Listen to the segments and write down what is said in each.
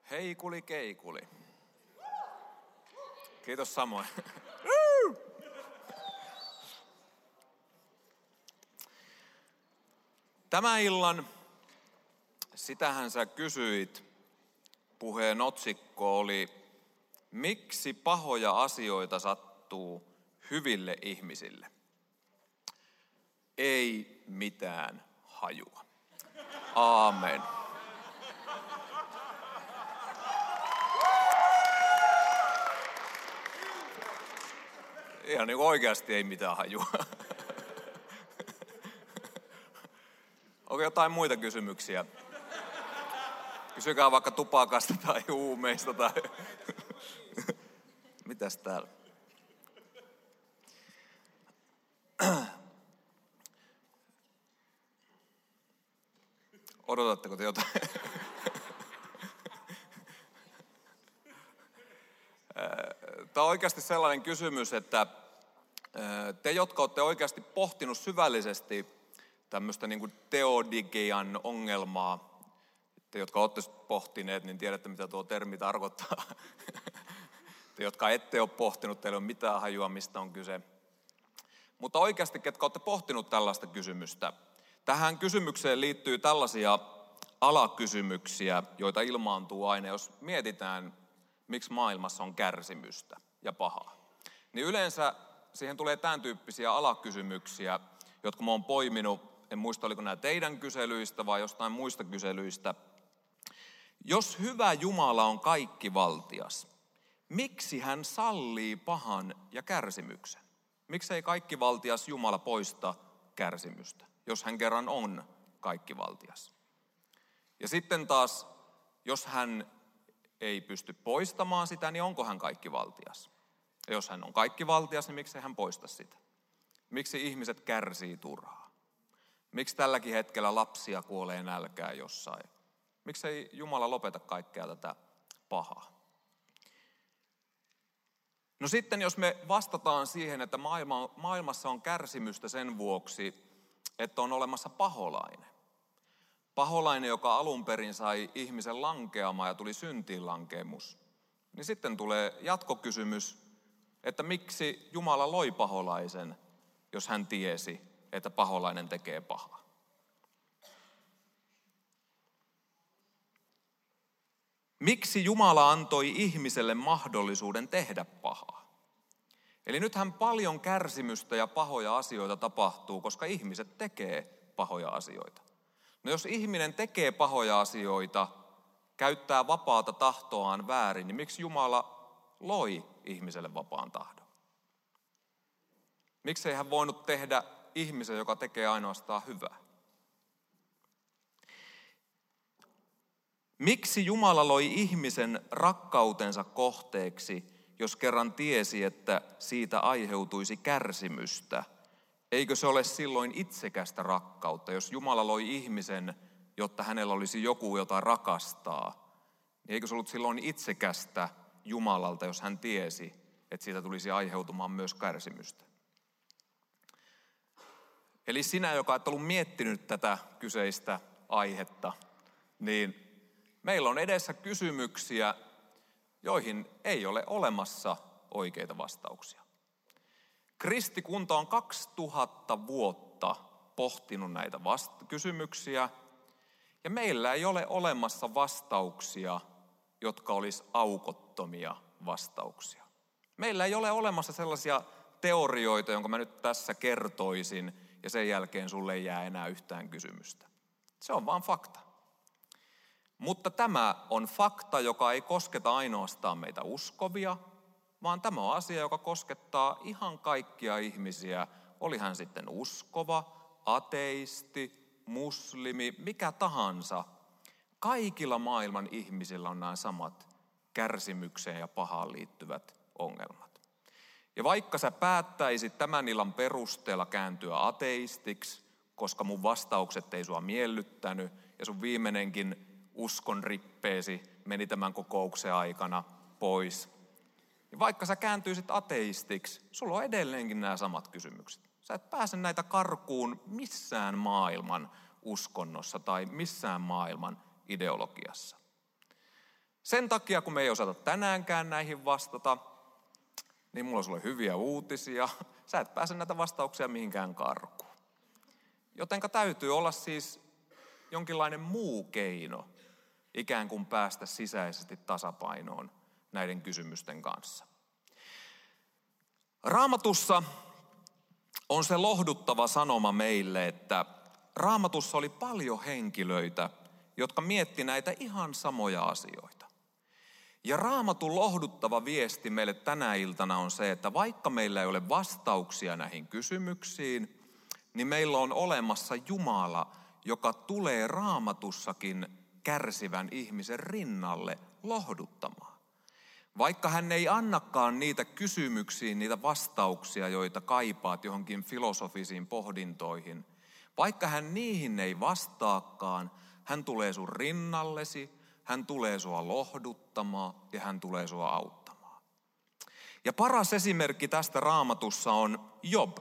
Heikuli keikuli. Kiitos samoin. Tämän illan, sitähän sä kysyit, puheen otsikko oli, miksi pahoja asioita sattuu hyville ihmisille? Ei mitään hajua. Aamen. Ihan niin kuin oikeasti ei mitään hajua. Onko jotain muita kysymyksiä? Kysykää vaikka tupakasta tai huumeista tai... Mitäs täällä? Odotatteko te jotain? Tämä on oikeasti sellainen kysymys, että te, jotka olette oikeasti pohtinut syvällisesti tämmöistä niin kuin teodigian ongelmaa, te, jotka olette pohtineet, niin tiedätte, mitä tuo termi tarkoittaa. Te, jotka ette ole pohtinut, teillä ei ole mitään hajua, mistä on kyse. Mutta oikeasti, ketkä olette pohtinut tällaista kysymystä, tähän kysymykseen liittyy tällaisia alakysymyksiä, joita ilmaantuu aina, jos mietitään, miksi maailmassa on kärsimystä ja pahaa. Niin yleensä siihen tulee tämän tyyppisiä alakysymyksiä, jotka mä oon poiminut, en muista oliko nämä teidän kyselyistä vai jostain muista kyselyistä. Jos hyvä Jumala on kaikkivaltias, miksi hän sallii pahan ja kärsimyksen? Miksi ei kaikkivaltias Jumala poista kärsimystä, jos hän kerran on kaikkivaltias? Ja sitten taas, jos hän ei pysty poistamaan sitä, niin onko hän kaikkivaltias? Ja jos hän on kaikkivaltias, niin miksi hän poista sitä? Miksi ihmiset kärsii turhaa? Miksi tälläkin hetkellä lapsia kuolee nälkään jossain? Miksi ei Jumala lopeta kaikkea tätä pahaa? No sitten, jos me vastataan siihen, että maailmassa on kärsimystä sen vuoksi, että on olemassa paholainen. Paholainen, joka alun perin sai ihmisen lankeamaan ja tuli syntiinlankeemus. Niin sitten tulee jatkokysymys, että miksi Jumala loi paholaisen, jos hän tiesi, että paholainen tekee pahaa. Miksi Jumala antoi ihmiselle mahdollisuuden tehdä pahaa? Eli nythän paljon kärsimystä ja pahoja asioita tapahtuu, koska ihmiset tekee pahoja asioita. No jos ihminen tekee pahoja asioita, käyttää vapaata tahtoaan väärin, niin miksi Jumala loi ihmiselle vapaan tahdon? Miksi ei hän voinut tehdä ihmisen, joka tekee ainoastaan hyvää? Miksi Jumala loi ihmisen rakkautensa kohteeksi, jos kerran tiesi, että siitä aiheutuisi kärsimystä? Eikö se ole silloin itsekästä rakkautta, jos Jumala loi ihmisen, jotta hänellä olisi joku, jota rakastaa? Niin eikö se ollut silloin itsekästä Jumalalta, jos hän tiesi, että siitä tulisi aiheutumaan myös kärsimystä? Eli sinä, joka et ollut miettinyt tätä kyseistä aihetta, niin meillä on edessä kysymyksiä, joihin ei ole olemassa oikeita vastauksia. Kristikunta on 2000 vuotta pohtinut näitä kysymyksiä, ja meillä ei ole olemassa vastauksia, jotka olisi aukottomia vastauksia. Meillä ei ole olemassa sellaisia teorioita, jonka mä nyt tässä kertoisin, ja sen jälkeen sulle ei jää enää yhtään kysymystä. Se on vaan fakta. Mutta tämä on fakta, joka ei kosketa ainoastaan meitä uskovia, vaan tämä on asia, joka koskettaa ihan kaikkia ihmisiä, oli hän sitten uskova, ateisti, muslimi, mikä tahansa. Kaikilla maailman ihmisillä on nämä samat kärsimykseen ja pahaan liittyvät ongelmat. Ja vaikka sä päättäisit tämän illan perusteella kääntyä ateistiksi, koska mun vastaukset ei sua miellyttänyt ja sun viimeinenkin uskon rippeesi meni tämän kokouksen aikana pois. Ja vaikka sä kääntyisit ateistiksi, sulla on edelleenkin nämä samat kysymykset. Sä et pääse näitä karkuun missään maailman uskonnossa tai missään maailman ideologiassa. Sen takia, kun me ei osata tänäänkään näihin vastata, niin mulla on sulle hyviä uutisia. Sä et pääse näitä vastauksia mihinkään karkuun. Jotenka täytyy olla siis jonkinlainen muu keino ikään kuin päästä sisäisesti tasapainoon näiden kysymysten kanssa. Raamatussa on se lohduttava sanoma meille, että Raamatussa oli paljon henkilöitä, jotka mietti näitä ihan samoja asioita. Ja Raamatun lohduttava viesti meille tänä iltana on se, että vaikka meillä ei ole vastauksia näihin kysymyksiin, niin meillä on olemassa Jumala, joka tulee Raamatussakin kärsivän ihmisen rinnalle lohduttamaan. Vaikka hän ei annakaan niitä kysymyksiin, niitä vastauksia, joita kaipaat johonkin filosofisiin pohdintoihin, vaikka hän niihin ei vastaakaan, hän tulee sun rinnallesi, hän tulee sua lohduttamaan ja hän tulee sua auttamaan. Ja paras esimerkki tästä Raamatussa on Job.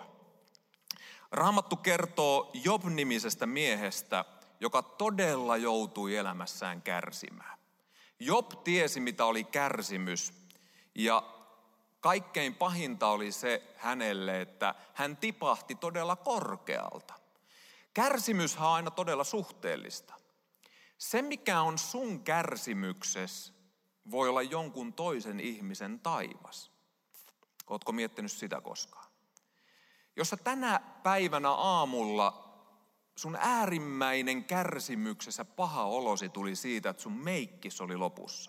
Raamattu kertoo Job-nimisestä miehestä, joka todella joutui elämässään kärsimään. Job tiesi, mitä oli kärsimys, ja kaikkein pahinta oli se hänelle, että hän tipahti todella korkealta. Kärsimyshän on aina todella suhteellista. Se, mikä on sun kärsimyksessä, voi olla jonkun toisen ihmisen taivas. Ootko miettinyt sitä koskaan? Jos sä tänä päivänä aamulla sun äärimmäinen kärsimyksessä paha olosi tuli siitä, että sun meikkis oli lopussa.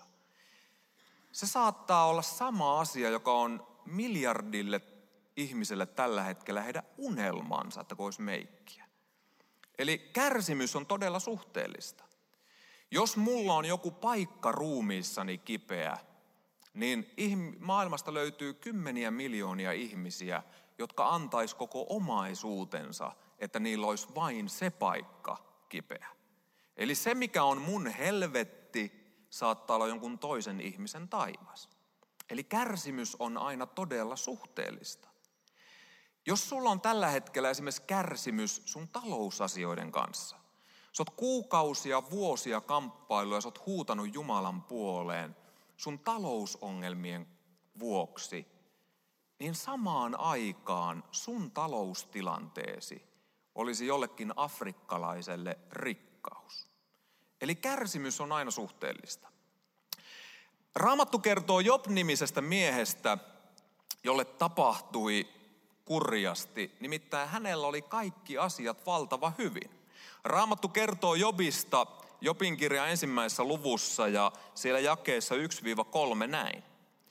Se saattaa olla sama asia, joka on miljardille ihmiselle tällä hetkellä heidän unelmansa, että olisi meikkiä. Eli kärsimys on todella suhteellista. Jos mulla on joku paikka ruumiissani kipeä, niin maailmasta löytyy 10 miljoonia ihmisiä, jotka antais koko omaisuutensa, että niillä olisi vain se paikka kipeä. Eli se, mikä on mun helvetti, saattaa olla jonkun toisen ihmisen taivas. Eli kärsimys on aina todella suhteellista. Jos sulla on tällä hetkellä esimerkiksi kärsimys sun talousasioiden kanssa, sä oot kuukausia, vuosia kamppailu ja sä oot huutanut Jumalan puoleen sun talousongelmien vuoksi, niin samaan aikaan sun taloustilanteesi olisi jollekin afrikkalaiselle rikkaus. Eli kärsimys on aina suhteellista. Raamattu kertoo Job-nimisestä miehestä, jolle tapahtui kurjasti. Nimittäin hänellä oli kaikki asiat valtava hyvin. Raamattu kertoo Jobista Jobin kirjan 1. luvussa ja siellä jakeessa 1-3 näin.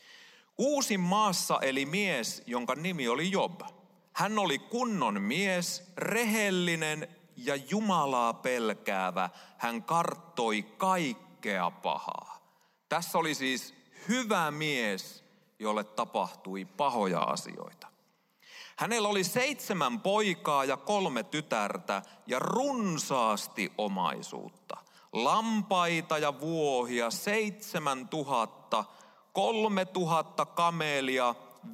Uusin maassa eli mies, jonka nimi oli Job. Hän oli kunnon mies, rehellinen ja Jumalaa pelkäävä. Hän karttoi kaikkea pahaa. Tässä oli siis hyvä mies, jolle tapahtui pahoja asioita. Hänellä oli 7 poikaa ja 3 tytärtä ja runsaasti omaisuutta. Lampaita ja vuohia 7,000, 3,000 kamelia,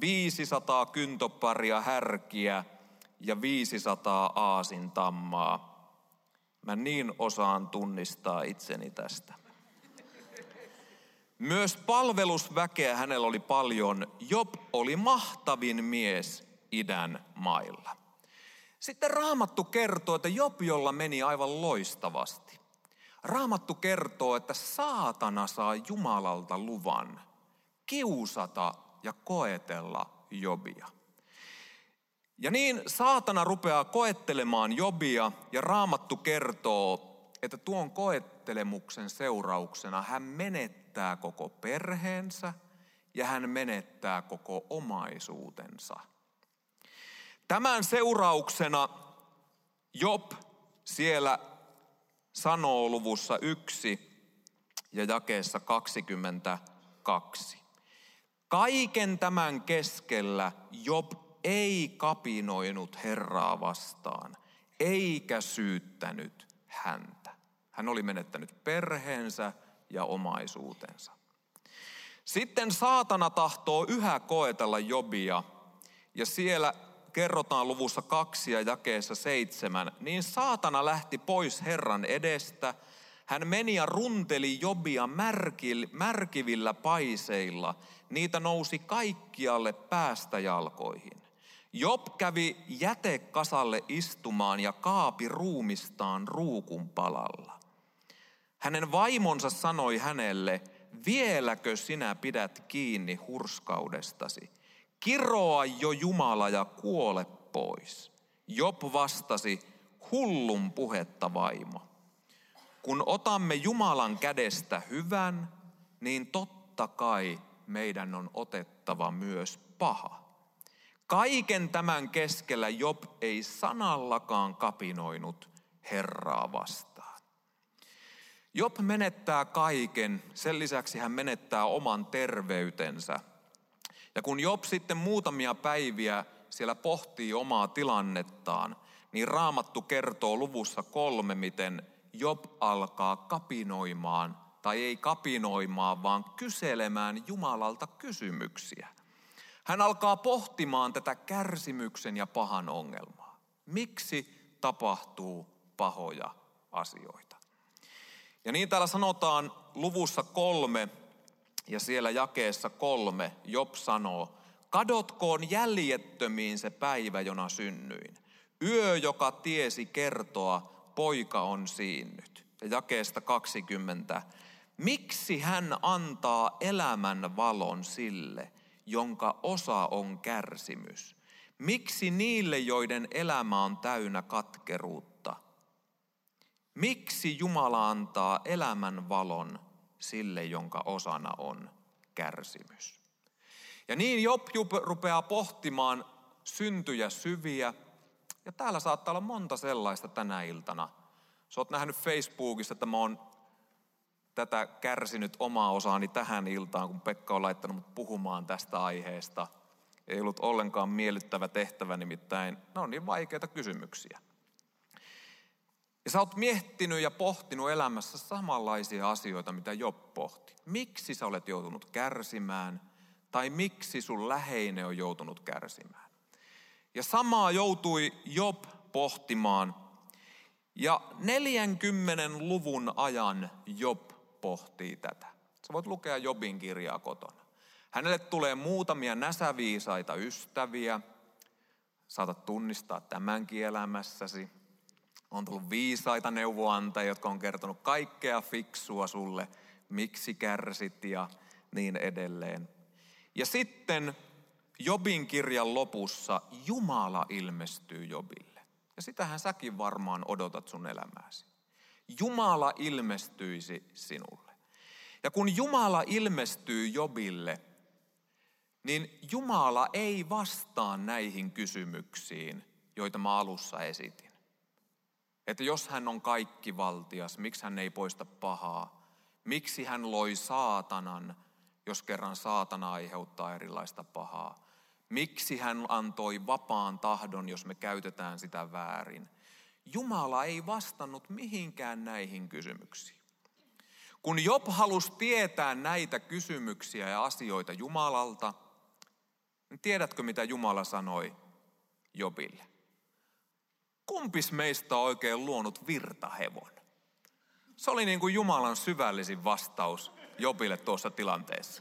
500 kyntoparia härkiä ja 500 aasintammaa. Mä niin osaan tunnistaa itseni tästä. Myös palvelusväkeä hänellä oli paljon. Job oli mahtavin mies idän mailla. Sitten Raamattu kertoo, että Jobilla meni aivan loistavasti. Raamattu kertoo, että saatana saa Jumalalta luvan kiusata ja koetella Jobia. Ja niin saatana rupeaa koettelemaan Jobia ja Raamattu kertoo, että tuon koettelemuksen seurauksena hän menettää koko perheensä ja hän menettää koko omaisuutensa. Tämän seurauksena Job siellä sanoo luvussa 1 ja jakeessa 22. Kaiken tämän keskellä Job ei kapinoinut Herraa vastaan, eikä syyttänyt häntä. Hän oli menettänyt perheensä ja omaisuutensa. Sitten saatana tahtoo yhä koetella Jobia, ja siellä kerrotaan luvussa 2 ja jakeessa 7, niin saatana lähti pois Herran edestä. Hän meni ja runteli Jobia märkivillä paiseilla. Niitä nousi kaikkialle päästä jalkoihin. Job kävi jätekasalle istumaan ja kaapi ruumistaan ruukun palalla. Hänen vaimonsa sanoi hänelle, vieläkö sinä pidät kiinni hurskaudestasi? Kiroa jo Jumala ja kuole pois. Job vastasi, hullun puhetta vaimo. Kun otamme Jumalan kädestä hyvän, niin totta kai meidän on otettava myös paha. Kaiken tämän keskellä Job ei sanallakaan kapinoinut Herraa vastaan. Job menettää kaiken, sen lisäksi hän menettää oman terveytensä. Ja kun Job sitten muutamia päiviä siellä pohtii omaa tilannettaan, niin Raamattu kertoo luvussa 3, miten Job alkaa kapinoimaan, tai ei kapinoimaan, vaan kyselemään Jumalalta kysymyksiä. Hän alkaa pohtimaan tätä kärsimyksen ja pahan ongelmaa. Miksi tapahtuu pahoja asioita? Ja niin täällä sanotaan luvussa 3 ja siellä jakeessa 3 Job sanoo, kadotkoon jäljettömiin se päivä, jona synnyin. Yö, joka tiesi kertoa, poika on siinnyt. Ja jakeesta 20. Miksi hän antaa elämän valon sille, jonka osa on kärsimys? Miksi niille, joiden elämä on täynnä katkeruutta? Miksi Jumala antaa elämän valon sille, jonka osana on kärsimys? Ja niin Job rupeaa pohtimaan syntyjä syviä. Ja täällä saattaa olla monta sellaista tänä iltana. Sä oot nähnyt Facebookissa, että mä oon tätä kärsinyt omaa osaani tähän iltaan, kun Pekka on laittanut mut puhumaan tästä aiheesta. Ei ollut ollenkaan miellyttävä tehtävä, nimittäin ne on niin vaikeita kysymyksiä. Ja sä oot miettinyt ja pohtinut elämässä samanlaisia asioita, mitä Job pohti. Miksi sä olet joutunut kärsimään, tai miksi sun läheinen on joutunut kärsimään? Ja samaa joutui Job pohtimaan. Ja 40 luvun ajan Job pohtii tätä. Sä voit lukea Jobin kirjaa kotona. Hänelle tulee muutamia näsäviisaita ystäviä. Saatat tunnistaa tämänkin elämässäsi. On tullut viisaita neuvoantajia, jotka on kertonut kaikkea fiksua sulle, miksi kärsit ja niin edelleen. Ja sitten Jobin kirjan lopussa Jumala ilmestyy Jobille. Ja sitähän säkin varmaan odotat sun elämääsi. Jumala ilmestyisi sinulle. Ja kun Jumala ilmestyy Jobille, niin Jumala ei vastaa näihin kysymyksiin, joita mä alussa esitin. Että jos hän on kaikkivaltias, miksi hän ei poista pahaa? Miksi hän loi saatanan, jos kerran saatana aiheuttaa erilaista pahaa? Miksi hän antoi vapaan tahdon, jos me käytetään sitä väärin? Jumala ei vastannut mihinkään näihin kysymyksiin. Kun Job halusi tietää näitä kysymyksiä ja asioita Jumalalta, niin tiedätkö mitä Jumala sanoi Jobille? Kumpis meistä on oikein luonut virtahevon? Se oli niin kuin Jumalan syvällisin vastaus Jobille tuossa tilanteessa.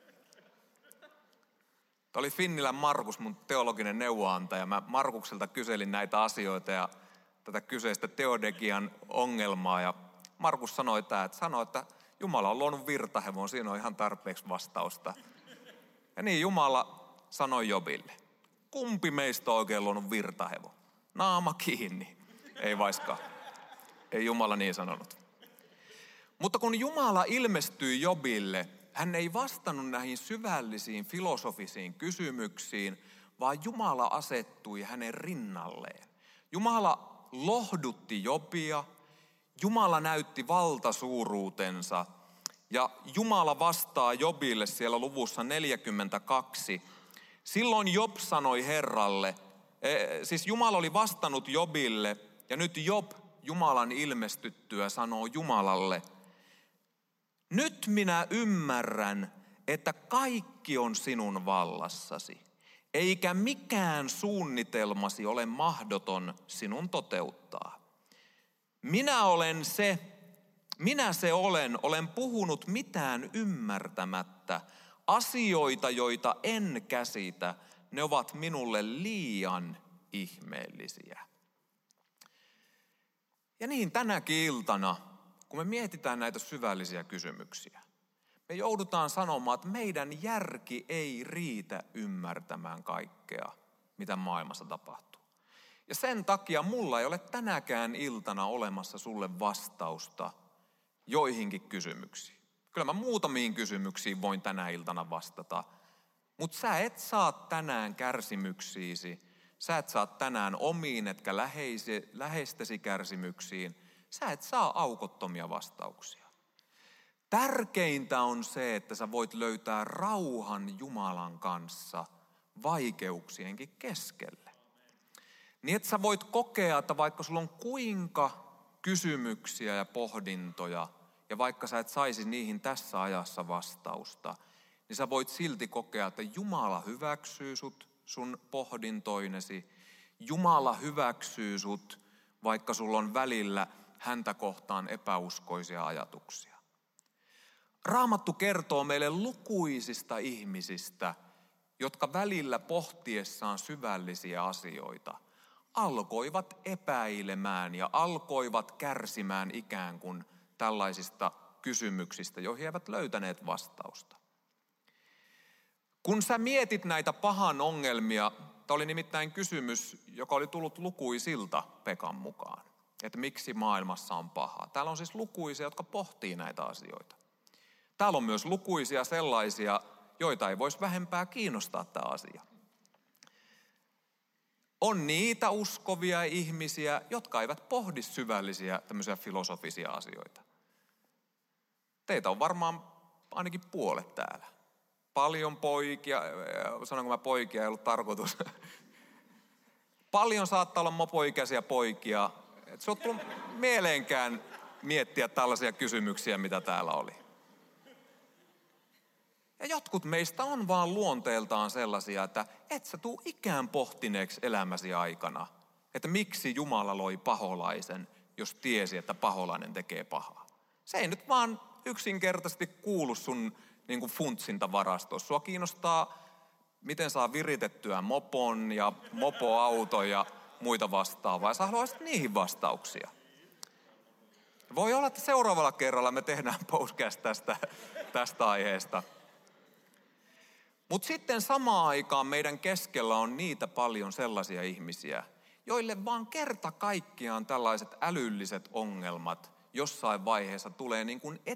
Tämä oli Finnilän Markus, mun teologinen neuvoantaja. Mä Markukselta kyselin näitä asioita ja tätä kyseistä teodegian ongelmaa. Ja Markus sanoi, että Jumala on luonut virtahevon, siinä on ihan tarpeeksi vastausta. Ja niin Jumala sanoi Jobille, kumpi meistä on oikein luonut virtahevon? Naama kiinni. Ei vaiskaan. Ei Jumala niin sanonut. Mutta kun Jumala ilmestyi Jobille, hän ei vastannut näihin syvällisiin filosofisiin kysymyksiin, vaan Jumala asettui hänen rinnalleen. Jumala lohdutti Jobia, Jumala näytti valtasuuruutensa ja Jumala vastaa Jobille siellä luvussa 42. Silloin Job sanoi Herralle, siis Jumala oli vastannut Jobille ja nyt Job Jumalan ilmestyttyä sanoo Jumalalle, nyt minä ymmärrän, että kaikki on sinun vallassasi, eikä mikään suunnitelmasi ole mahdoton sinun toteuttaa. Minä olen se, Minä se olen puhunut mitään ymmärtämättä. Asioita, joita en käsitä, ne ovat minulle liian ihmeellisiä. Ja niin tänäkin iltana, kun me mietitään näitä syvällisiä kysymyksiä, me joudutaan sanomaan, että meidän järki ei riitä ymmärtämään kaikkea, mitä maailmassa tapahtuu. Ja sen takia mulla ei ole tänäkään iltana olemassa sulle vastausta joihinkin kysymyksiin. Kyllä mä muutamiin kysymyksiin voin tänä iltana vastata, mutta sä et saa tänään kärsimyksiisi, sä et saa tänään omiin etkä läheistesi kärsimyksiin, sä et saa aukottomia vastauksia. Tärkeintä on se, että sä voit löytää rauhan Jumalan kanssa vaikeuksienkin keskelle. Niin että sä voit kokea, että vaikka sulla on kuinka kysymyksiä ja pohdintoja, ja vaikka sä et saisi niihin tässä ajassa vastausta, niin sä voit silti kokea, että Jumala hyväksyy sut sun pohdintoinesi. Jumala hyväksyy sut, vaikka sulla on välillä häntä kohtaan epäuskoisia ajatuksia. Raamattu kertoo meille lukuisista ihmisistä, jotka välillä pohtiessaan syvällisiä asioita alkoivat epäilemään ja alkoivat kärsimään ikään kuin tällaisista kysymyksistä, joihin eivät löytäneet vastausta. Kun sä mietit näitä pahan ongelmia, tämä oli nimittäin kysymys, joka oli tullut lukuisilta Pekan mukaan, että miksi maailmassa on pahaa. Täällä on siis lukuisia, jotka pohtii näitä asioita. Täällä on myös lukuisia sellaisia, joita ei voisi vähempää kiinnostaa tämä asia. On niitä uskovia ihmisiä, jotka eivät pohdi syvällisiä tämmöisiä filosofisia asioita. Teitä on varmaan ainakin puolet täällä. Paljon poikia, sanonko mä poikia, ei ollut tarkoitus. Paljon saattaa olla mopoikäisiä poikia. Et se on tullut mieleenkään miettiä tällaisia kysymyksiä, mitä täällä oli. Ja jotkut meistä on vaan luonteeltaan sellaisia, että et sä tuu ikään pohtineeksi elämäsi aikana, että miksi Jumala loi paholaisen, jos tiesi, että paholainen tekee pahaa. Se ei nyt vaan yksinkertaisesti kuulu sun niin kuin funtsintavarastoon. Sua kiinnostaa, miten saa viritettyä mopon ja mopoauto ja muita vastaavaa. Ja sä haluaisit niihin vastauksia. Voi olla, että seuraavalla kerralla me tehdään podcast tästä aiheesta. Mutta sitten samaan aikaan meidän keskellä on niitä paljon sellaisia ihmisiä, joille vaan kerta kaikkiaan tällaiset älylliset ongelmat jossain vaiheessa tulee niin kuin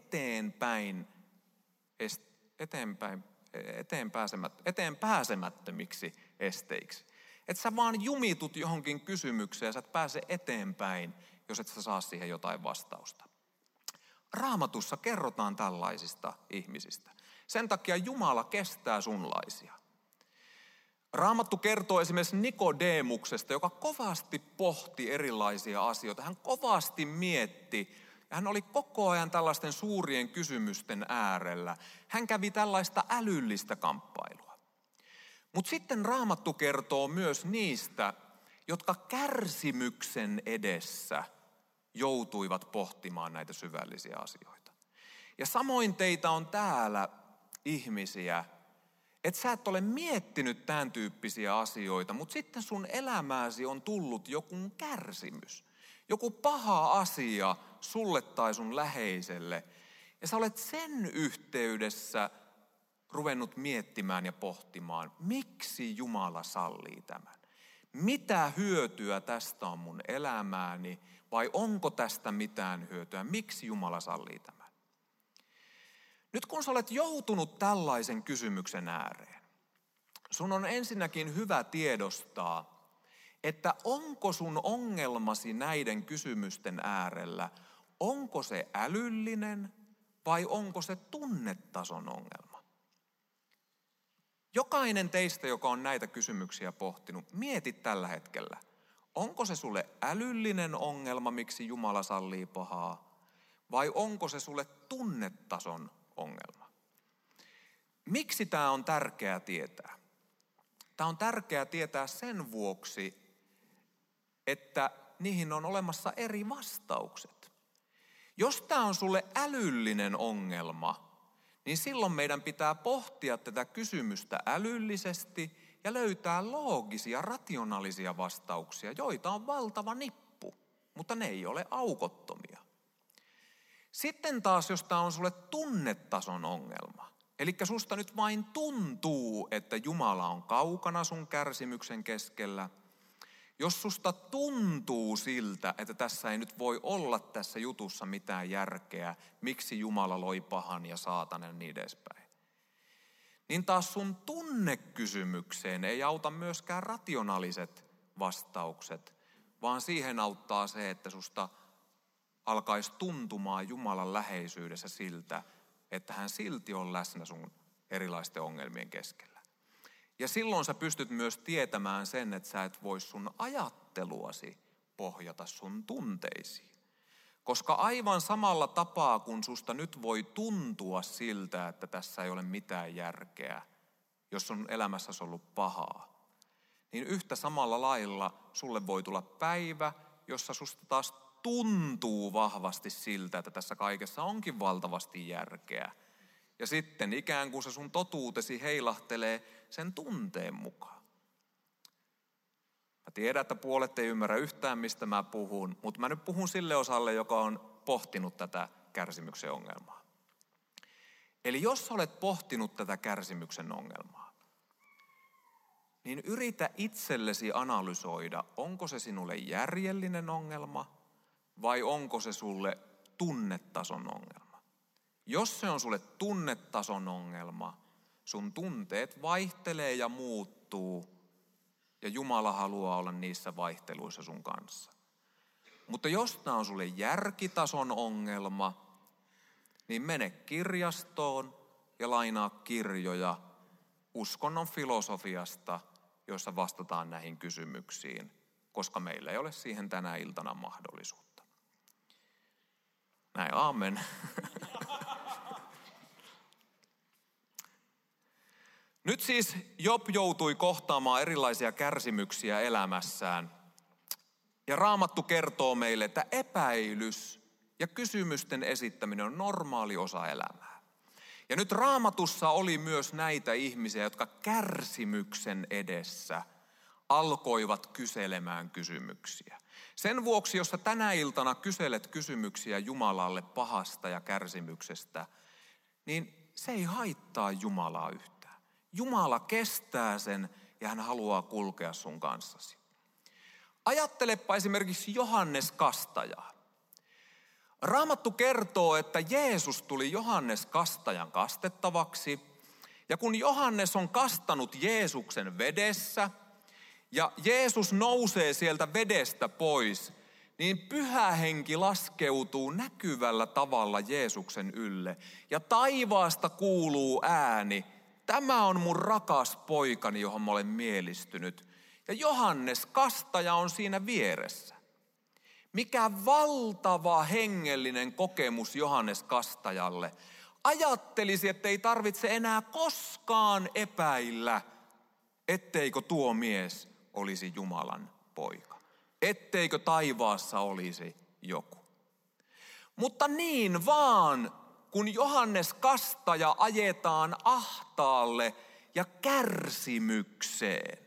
eteen pääsemättömiksi esteiksi. Että sä vaan jumitut johonkin kysymykseen ja sä et pääse eteenpäin, jos et sä saa siihen jotain vastausta. Raamatussa kerrotaan tällaisista ihmisistä. Sen takia Jumala kestää sunlaisia. Raamattu kertoo esimerkiksi Nikodeemuksesta, joka kovasti pohti erilaisia asioita. Hän kovasti mietti ja hän oli koko ajan tällaisten suurien kysymysten äärellä. Hän kävi tällaista älyllistä kamppailua. Mutta sitten Raamattu kertoo myös niistä, jotka kärsimyksen edessä joutuivat pohtimaan näitä syvällisiä asioita. Ja samoin teitä on täällä ihmisiä, että sä et ole miettinyt tämän tyyppisiä asioita, mutta sitten sun elämääsi on tullut joku kärsimys, joku paha asia sulle tai sun läheiselle. Ja sä olet sen yhteydessä ruvennut miettimään ja pohtimaan, miksi Jumala sallii tämän. Mitä hyötyä tästä on mun elämääni vai onko tästä mitään hyötyä? Miksi Jumala sallii tämän? Nyt kun sä olet joutunut tällaisen kysymyksen ääreen, sun on ensinnäkin hyvä tiedostaa, että onko sun ongelmasi näiden kysymysten äärellä, onko se älyllinen vai onko se tunnetason ongelma? Jokainen teistä, joka on näitä kysymyksiä pohtinut, mieti tällä hetkellä, onko se sulle älyllinen ongelma, miksi Jumala sallii pahaa, vai onko se sulle tunnetason ongelma? Miksi tämä on tärkeää tietää? Tämä on tärkeää tietää sen vuoksi, että niihin on olemassa eri vastaukset. Jos tämä on sulle älyllinen ongelma, niin silloin meidän pitää pohtia tätä kysymystä älyllisesti ja löytää loogisia, rationaalisia vastauksia, joita on valtava nippu, mutta ne ei ole aukottomia. Sitten taas, jos tämä on sulle tunnetason ongelma, eli susta nyt vain tuntuu, että Jumala on kaukana sun kärsimyksen keskellä, jos susta tuntuu siltä, että tässä ei nyt voi olla tässä jutussa mitään järkeä, miksi Jumala loi pahan ja saatanan ja niin edespäin, niin taas sun tunnekysymykseen ei auta myöskään rationaaliset vastaukset, vaan siihen auttaa se, että susta alkaisi tuntumaan Jumalan läheisyydessä siltä, että hän silti on läsnä sun erilaisten ongelmien keskellä. Ja silloin sä pystyt myös tietämään sen, että sä et voi sun ajatteluasi pohjata sun tunteisiin. Koska aivan samalla tapaa, kun susta nyt voi tuntua siltä, että tässä ei ole mitään järkeä, jos sun elämässäsi on ollut pahaa, niin yhtä samalla lailla sulle voi tulla päivä, jossa susta taas tuntuu vahvasti siltä, että tässä kaikessa onkin valtavasti järkeä. Ja sitten ikään kuin se sun totuutesi heilahtelee sen tunteen mukaan. Mä tiedän, että puolet ei ymmärrä yhtään, mistä mä puhun, mutta mä nyt puhun sille osalle, joka on pohtinut tätä kärsimyksen ongelmaa. Eli jos olet pohtinut tätä kärsimyksen ongelmaa, niin yritä itsellesi analysoida, onko se sinulle järjellinen ongelma vai onko se sulle tunnetason ongelma. Jos se on sulle tunnetason ongelma, sun tunteet vaihtelee ja muuttuu ja Jumala haluaa olla niissä vaihteluissa sun kanssa. Mutta jos tämä on sulle järkitason ongelma, niin mene kirjastoon ja lainaa kirjoja uskonnon filosofiasta, joissa vastataan näihin kysymyksiin, koska meillä ei ole siihen tänä iltana mahdollisuutta. Näin, aamen. Nyt siis Job joutui kohtaamaan erilaisia kärsimyksiä elämässään. Ja Raamattu kertoo meille, että epäilys ja kysymysten esittäminen on normaali osa elämää. Ja nyt Raamatussa oli myös näitä ihmisiä, jotka kärsimyksen edessä alkoivat kyselemään kysymyksiä. Sen vuoksi, jos sä tänä iltana kyselet kysymyksiä Jumalalle pahasta ja kärsimyksestä, niin se ei haittaa Jumalaa yhtään. Jumala kestää sen ja hän haluaa kulkea sun kanssasi. Ajattelepa esimerkiksi Johannes Kastajaa. Raamattu kertoo, että Jeesus tuli Johannes Kastajan kastettavaksi. Ja kun Johannes on kastanut Jeesuksen vedessä ja Jeesus nousee sieltä vedestä pois, niin Pyhä Henki laskeutuu näkyvällä tavalla Jeesuksen ylle. Ja taivaasta kuuluu ääni, tämä on mun rakas poikani, johon mä olen mielistynyt. Ja Johannes Kastaja on siinä vieressä. Mikä valtava hengellinen kokemus Johannes Kastajalle. Ajattelisi, että ei tarvitse enää koskaan epäillä, etteikö tuo mies olisi Jumalan poika. Etteikö taivaassa olisi joku. Mutta niin vaan, kun Johannes Kastaja ajetaan ahtaalle ja kärsimykseen,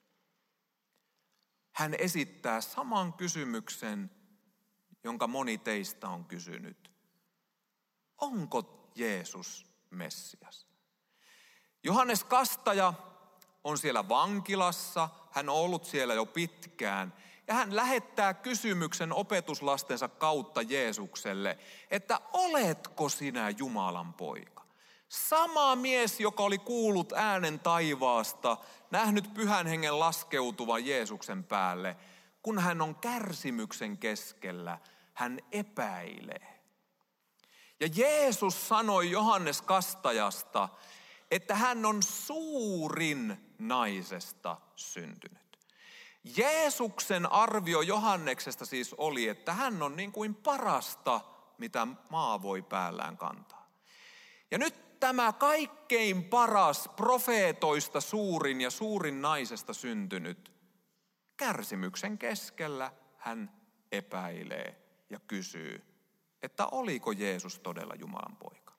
hän esittää saman kysymyksen, jonka moni teistä on kysynyt. Onko Jeesus Messias? Johannes Kastaja on siellä vankilassa, hän on ollut siellä jo pitkään. Ja hän lähettää kysymyksen opetuslastensa kautta Jeesukselle, että oletko sinä Jumalan poika? Sama mies, joka oli kuullut äänen taivaasta, nähnyt Pyhän Hengen laskeutuvan Jeesuksen päälle, kun hän on kärsimyksen keskellä, hän epäilee. Ja Jeesus sanoi Johannes Kastajasta, että hän on suurin naisesta syntynyt. Jeesuksen arvio Johanneksesta siis oli, että hän on niin kuin parasta, mitä maa voi päällään kantaa. Ja nyt tämä kaikkein paras, profeetoista suurin ja suurin naisesta syntynyt, kärsimyksen keskellä hän epäilee ja kysyy, että oliko Jeesus todella Jumalan poika.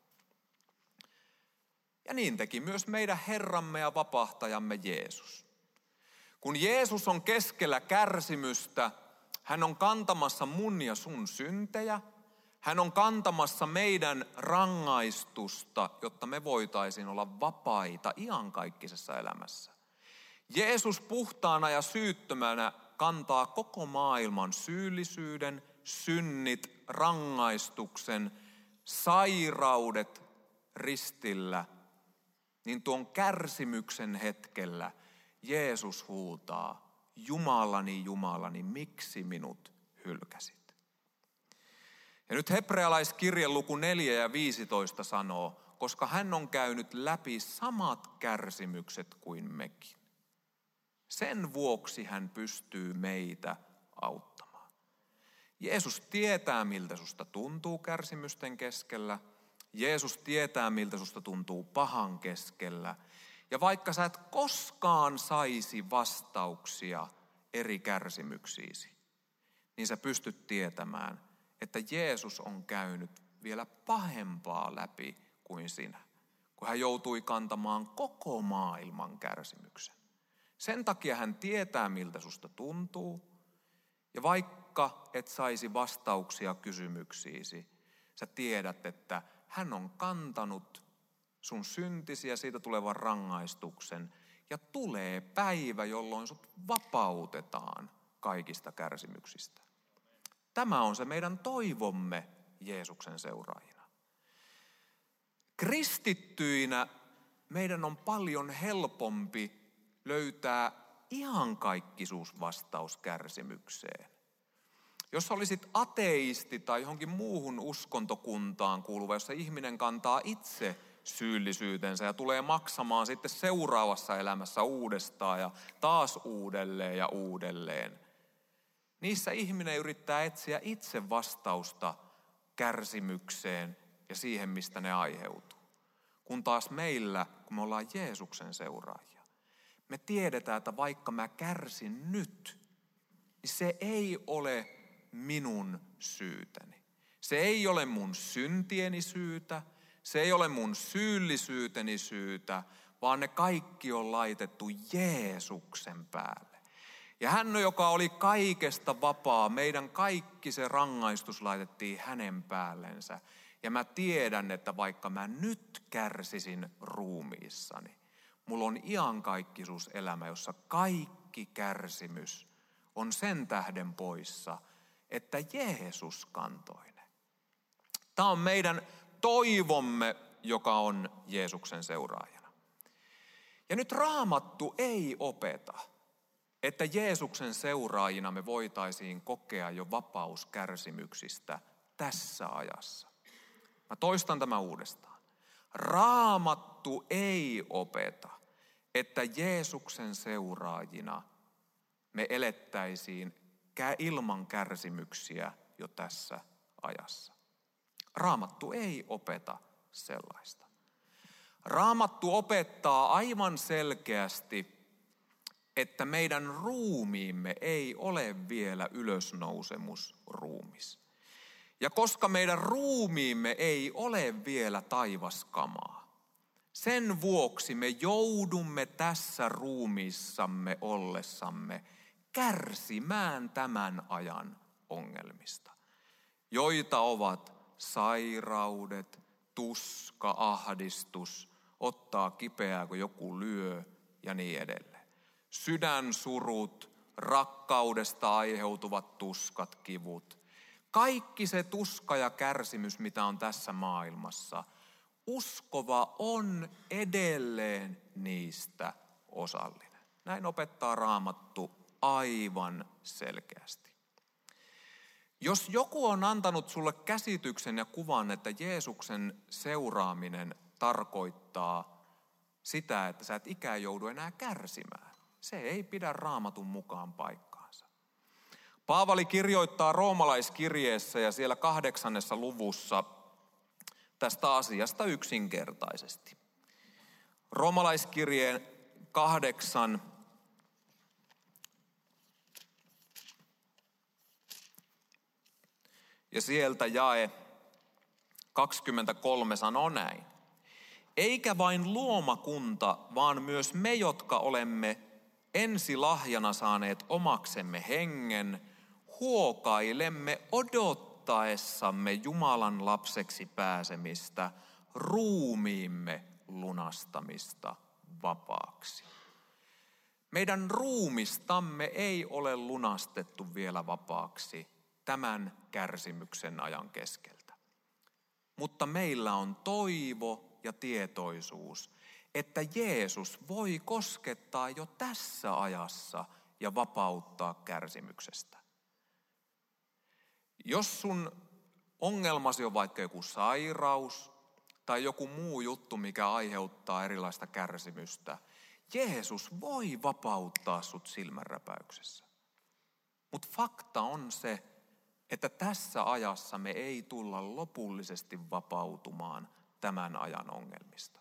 Ja niin teki myös meidän Herramme ja vapahtajamme Jeesus. Kun Jeesus on keskellä kärsimystä, hän on kantamassa mun ja sun syntejä. Hän on kantamassa meidän rangaistusta, jotta me voitaisiin olla vapaita iankaikkisessa elämässä. Jeesus puhtaana ja syyttömänä kantaa koko maailman syyllisyyden, synnit, rangaistuksen, sairaudet ristillä. Niin tuon kärsimyksen hetkellä Jeesus huutaa, Jumalani, Jumalani, miksi minut hylkäsit? Ja nyt hebrealaiskirje luku 4 ja 15 sanoo, koska hän on käynyt läpi samat kärsimykset kuin mekin. Sen vuoksi hän pystyy meitä auttamaan. Jeesus tietää, miltä susta tuntuu kärsimysten keskellä. Jeesus tietää, miltä susta tuntuu pahan keskellä. Ja vaikka sä et koskaan saisi vastauksia eri kärsimyksiisi, niin sä pystyt tietämään, että Jeesus on käynyt vielä pahempaa läpi kuin sinä, kun hän joutui kantamaan koko maailman kärsimyksen. Sen takia hän tietää, miltä susta tuntuu, ja vaikka et saisi vastauksia kysymyksiisi, sä tiedät, että hän on kantanut sun syntisi ja siitä tulevan rangaistuksen, ja tulee päivä, jolloin sut vapautetaan kaikista kärsimyksistä. Tämä on se meidän toivomme Jeesuksen seuraajina. Kristittyinä meidän on paljon helpompi löytää iankaikkisuusvastaus kärsimykseen. Jos olisit ateisti tai johonkin muuhun uskontokuntaan kuuluva, jossa ihminen kantaa itse syyllisyytensä ja tulee maksamaan sitten seuraavassa elämässä uudestaan ja taas uudelleen ja uudelleen. Niissä ihminen yrittää etsiä itse vastausta kärsimykseen ja siihen, mistä ne aiheutuu. Kun taas meillä, kun me ollaan Jeesuksen seuraajia, me tiedetään, että vaikka mä kärsin nyt, niin se ei ole minun syytäni. Se ei ole mun syntieni syytä, se ei ole mun syyllisyyteni syytä, vaan ne kaikki on laitettu Jeesuksen päälle. Ja hän, joka oli kaikesta vapaa, meidän kaikki se rangaistus laitettiin hänen päällensä. Ja mä tiedän, että vaikka mä nyt kärsisin ruumiissani, mulla on iankaikkisuuselämä, jossa kaikki kärsimys on sen tähden poissa, että Jeesus kantoi ne. Tämä on meidän toivomme, joka on Jeesuksen seuraajana. Ja nyt Raamattu ei opeta, että Jeesuksen seuraajina me voitaisiin kokea jo vapaus kärsimyksistä tässä ajassa. Mä toistan tämän uudestaan. Raamattu ei opeta, että Jeesuksen seuraajina me elettäisiin ilman kärsimyksiä jo tässä ajassa. Raamattu ei opeta sellaista. Raamattu opettaa aivan selkeästi, että meidän ruumiimme ei ole vielä ylösnousemusruumis. Ja koska meidän ruumiimme ei ole vielä taivaskamaa, sen vuoksi me joudumme tässä ruumiissamme ollessamme kärsimään tämän ajan ongelmista, joita ovat sairaudet, tuska, ahdistus, ottaa kipeää, kun joku lyö ja niin edelleen. Sydänsurut, rakkaudesta aiheutuvat tuskat, kivut. Kaikki se tuska ja kärsimys, mitä on tässä maailmassa, uskova on edelleen niistä osallinen. Näin opettaa Raamattu aivan selkeästi. Jos joku on antanut sulle käsityksen ja kuvan, että Jeesuksen seuraaminen tarkoittaa sitä, että sä et ikään joudu enää kärsimään, se ei pidä Raamatun mukaan paikkaansa. Paavali kirjoittaa roomalaiskirjeessä ja siellä 8. luvussa tästä asiasta yksinkertaisesti. Roomalaiskirjeen 8. Ja sieltä jae 23 sanoo näin. Eikä vain luomakunta, vaan myös me, jotka olemme ensilahjana saaneet omaksemme hengen, huokailemme odottaessamme Jumalan lapseksi pääsemistä, ruumiimme lunastamista vapaaksi. Meidän ruumistamme ei ole lunastettu vielä vapaaksi tämän kärsimyksen ajan keskeltä. Mutta meillä on toivo ja tietoisuus, että Jeesus voi koskettaa jo tässä ajassa ja vapauttaa kärsimyksestä. Jos sun ongelmasi on vaikka joku sairaus tai joku muu juttu, mikä aiheuttaa erilaista kärsimystä, Jeesus voi vapauttaa sut silmänräpäyksessä. Mutta fakta on se, että tässä ajassa me ei tulla lopullisesti vapautumaan tämän ajan ongelmista.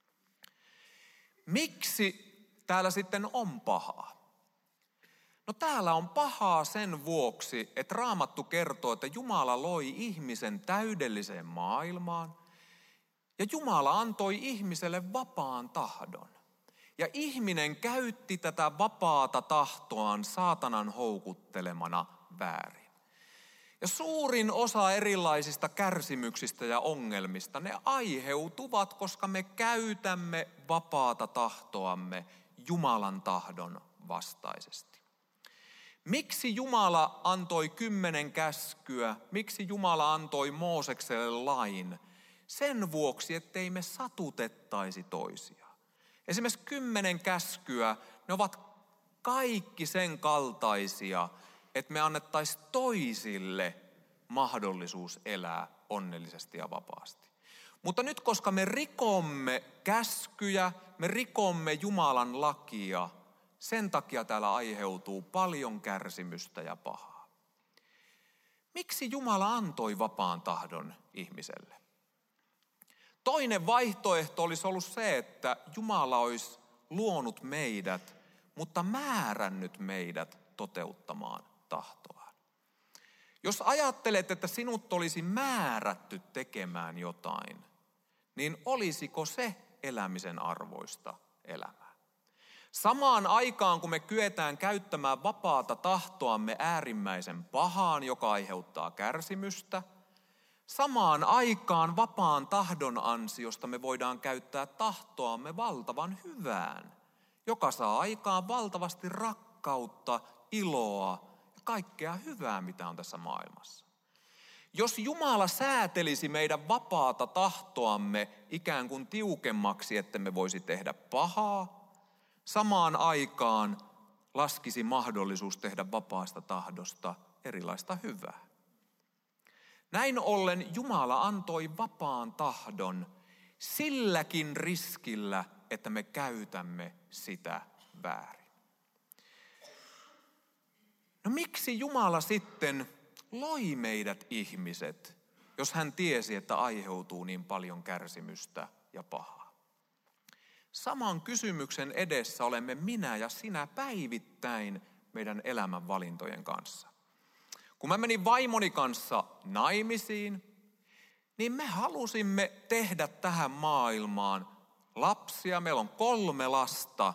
Miksi täällä sitten on pahaa? No täällä on pahaa sen vuoksi, että Raamattu kertoo, että Jumala loi ihmisen täydelliseen maailmaan ja Jumala antoi ihmiselle vapaan tahdon. Ja ihminen käytti tätä vapaata tahtoaan saatanan houkuttelemana väärin. Ja suurin osa erilaisista kärsimyksistä ja ongelmista, ne aiheutuvat, koska me käytämme vapaata tahtoamme Jumalan tahdon vastaisesti. Miksi Jumala antoi 10 käskyä? Miksi Jumala antoi Moosekselle lain? Sen vuoksi, ettei me satutettaisi toisia. Esimerkiksi 10 käskyä, ne ovat kaikki sen kaltaisia, että me annettaisiin toisille mahdollisuus elää onnellisesti ja vapaasti. Mutta nyt, koska me rikomme käskyjä, me rikomme Jumalan lakia, sen takia täällä aiheutuu paljon kärsimystä ja pahaa. Miksi Jumala antoi vapaan tahdon ihmiselle? Toinen vaihtoehto olisi ollut se, että Jumala olisi luonut meidät, mutta määrännyt meidät toteuttamaan tahtoaan. Jos ajattelet, että sinut olisi määrätty tekemään jotain, niin olisiko se elämisen arvoista elämää? Samaan aikaan, kun me kyetään käyttämään vapaata tahtoamme äärimmäisen pahaan, joka aiheuttaa kärsimystä, samaan aikaan vapaan tahdon ansiosta me voidaan käyttää tahtoamme valtavan hyvään, joka saa aikaan valtavasti rakkautta, iloa ja kaikkea hyvää, mitä on tässä maailmassa. Jos Jumala säätelisi meidän vapaata tahtoamme ikään kuin tiukemmaksi, että me voisi tehdä pahaa, samaan aikaan laskisi mahdollisuus tehdä vapaasta tahdosta erilaista hyvää. Näin ollen Jumala antoi vapaan tahdon silläkin riskillä, että me käytämme sitä väärin. No miksi Jumala sitten loi meidät ihmiset, jos hän tiesi, että aiheutuu niin paljon kärsimystä ja pahaa? Saman kysymyksen edessä olemme minä ja sinä päivittäin meidän elämän valintojen kanssa. Kun mä menin vaimoni kanssa naimisiin, niin me halusimme tehdä tähän maailmaan lapsia. Meillä on 3 lasta.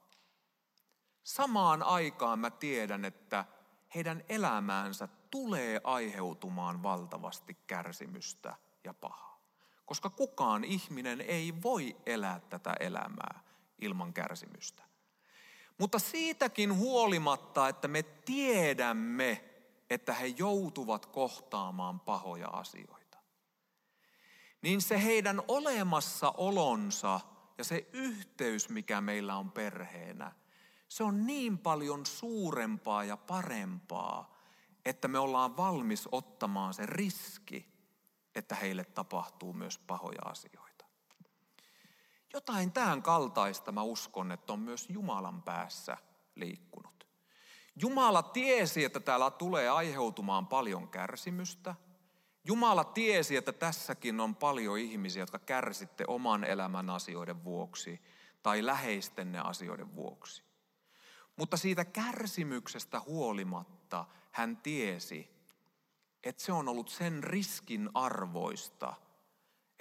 Samaan aikaan mä tiedän, että heidän elämäänsä tulee aiheutumaan valtavasti kärsimystä ja pahaa. Koska kukaan ihminen ei voi elää tätä elämää ilman kärsimystä. Mutta siitäkin huolimatta, että me tiedämme, että he joutuvat kohtaamaan pahoja asioita, niin se heidän olemassaolonsa ja se yhteys, mikä meillä on perheenä, se on niin paljon suurempaa ja parempaa, että me ollaan valmis ottamaan se riski, että heille tapahtuu myös pahoja asioita. Jotain tämän kaltaista mä uskon, että on myös Jumalan päässä liikkunut. Jumala tiesi, että täällä tulee aiheutumaan paljon kärsimystä. Jumala tiesi, että tässäkin on paljon ihmisiä, jotka kärsitte oman elämän asioiden vuoksi tai läheistenne asioiden vuoksi. Mutta siitä kärsimyksestä huolimatta hän tiesi, että se on ollut sen riskin arvoista,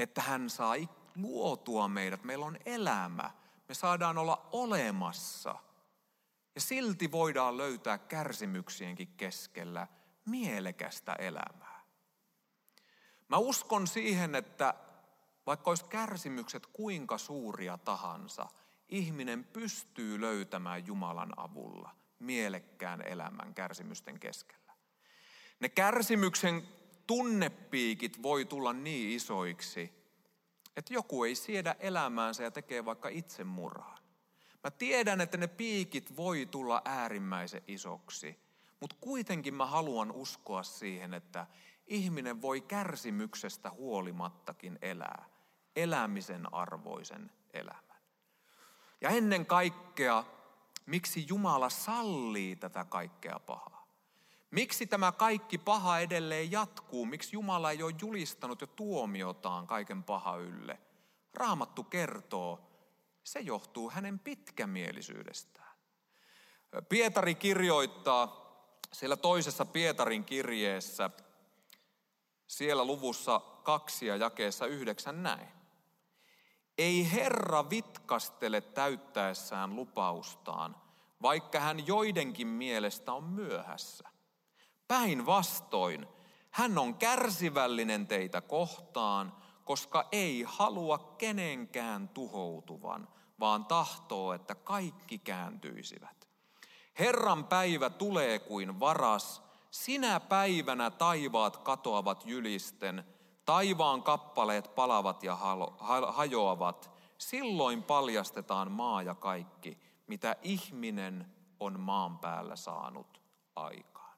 että hän saa luotua meidät. Meillä on elämä. Me saadaan olla olemassa. Ja silti voidaan löytää kärsimyksienkin keskellä mielekästä elämää. Mä uskon siihen, että vaikka olisi kärsimykset kuinka suuria tahansa, ihminen pystyy löytämään Jumalan avulla mielekkään elämän kärsimysten keskellä. Ne kärsimyksen tunnepiikit voi tulla niin isoiksi, että joku ei siedä elämäänsä ja tekee vaikka itsemurhaan. Mä tiedän, että ne piikit voi tulla äärimmäisen isoksi, mutta kuitenkin mä haluan uskoa siihen, että ihminen voi kärsimyksestä huolimattakin elää elämisen arvoisen elämän. Ja ennen kaikkea, miksi Jumala sallii tätä kaikkea pahaa? Miksi tämä kaikki paha edelleen jatkuu? Miksi Jumala ei ole julistanut jo tuomiotaan kaiken paha ylle? Raamattu kertoo, se johtuu hänen pitkämielisyydestään. Pietari kirjoittaa siellä toisessa Pietarin kirjeessä, siellä luvussa 2 ja jakeessa 9 näin. Ei Herra vitkastele täyttäessään lupaustaan, vaikka hän joidenkin mielestä on myöhässä. Päinvastoin, hän on kärsivällinen teitä kohtaan, koska ei halua kenenkään tuhoutuvan, vaan tahtoo, että kaikki kääntyisivät. Herran päivä tulee kuin varas, sinä päivänä taivaat katoavat jylisten, taivaan kappaleet palavat ja hajoavat, silloin paljastetaan maa ja kaikki, mitä ihminen on maan päällä saanut aikaan.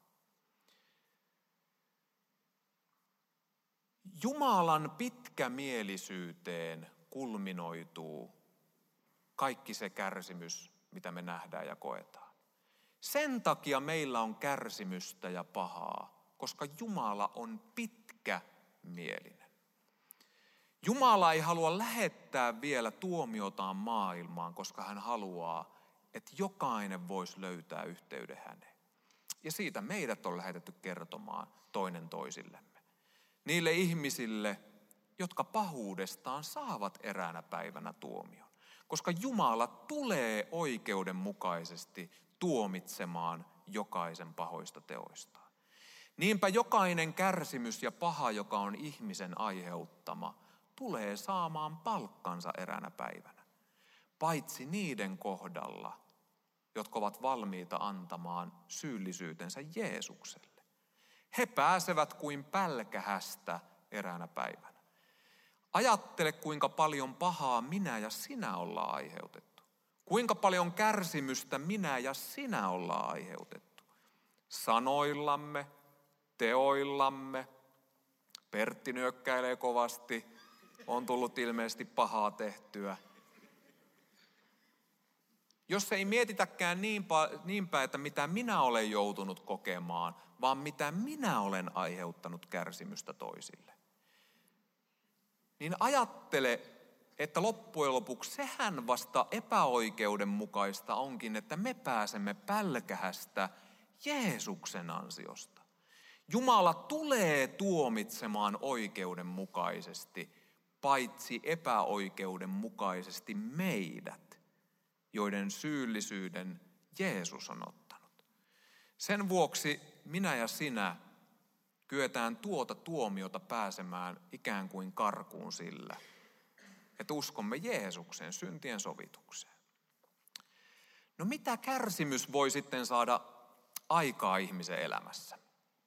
Jumalan pitkämielisyyteen kulminoituu kaikki se kärsimys, mitä me nähdään ja koetaan. Sen takia meillä on kärsimystä ja pahaa, koska Jumala on pitkämielinen. Jumala ei halua lähettää vielä tuomiotaan maailmaan, koska hän haluaa, että jokainen voisi löytää yhteyden häneen. Ja siitä meidät on lähetetty kertomaan toinen toisillemme. Niille ihmisille, jotka pahuudestaan saavat eräänä päivänä tuomion. Koska Jumala tulee oikeudenmukaisesti tuomitsemaan jokaisen pahoista teoistaan. Niinpä jokainen kärsimys ja paha, joka on ihmisen aiheuttama, tulee saamaan palkkansa eräänä päivänä. Paitsi niiden kohdalla, jotka ovat valmiita antamaan syyllisyytensä Jeesukselle. He pääsevät kuin pälkähästä eräänä päivänä. Ajattele, kuinka paljon pahaa minä ja sinä ollaan aiheutettu. Kuinka paljon kärsimystä minä ja sinä ollaan aiheutettu. Sanoillamme, teoillamme. Pertti nyökkäilee kovasti. On tullut ilmeisesti pahaa tehtyä. Jos ei mietitäkään niinpä, että mitä minä olen joutunut kokemaan, vaan mitä minä olen aiheuttanut kärsimystä toisille. Niin ajattele, että loppujen lopuksi sehän vasta epäoikeudenmukaista onkin, että me pääsemme pälkähästä Jeesuksen ansiosta. Jumala tulee tuomitsemaan oikeudenmukaisesti, paitsi epäoikeudenmukaisesti meidät, joiden syyllisyyden Jeesus on ottanut. Sen vuoksi minä ja sinä kyetään tuota tuomiota pääsemään ikään kuin karkuun sillä, että uskomme Jeesuksen syntien sovitukseen. No mitä kärsimys voi sitten saada aikaa ihmisen elämässä?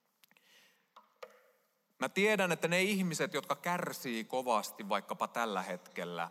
Mä tiedän, että ne ihmiset, jotka kärsii kovasti vaikkapa tällä hetkellä,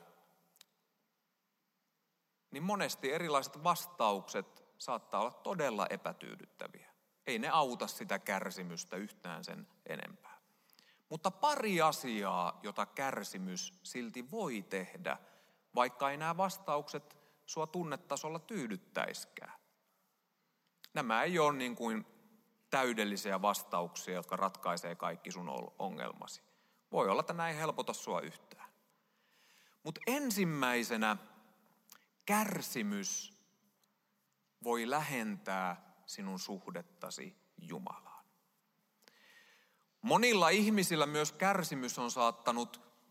niin monesti erilaiset vastaukset saattaa olla todella epätyydyttäviä. Ei ne auta sitä kärsimystä yhtään sen enempää. Mutta pari asiaa, jota kärsimys silti voi tehdä, vaikka ei nämä vastaukset sua tunnetasolla tyydyttäiskään. Nämä ei ole niin kuin täydellisiä vastauksia, jotka ratkaisee kaikki sun ongelmasi. Voi olla, että nämä ei helpota sua yhtään. Mutta ensimmäisenä kärsimys voi lähentää sinun suhdettasi Jumalaan. Monilla ihmisillä myös kärsimys on saattanut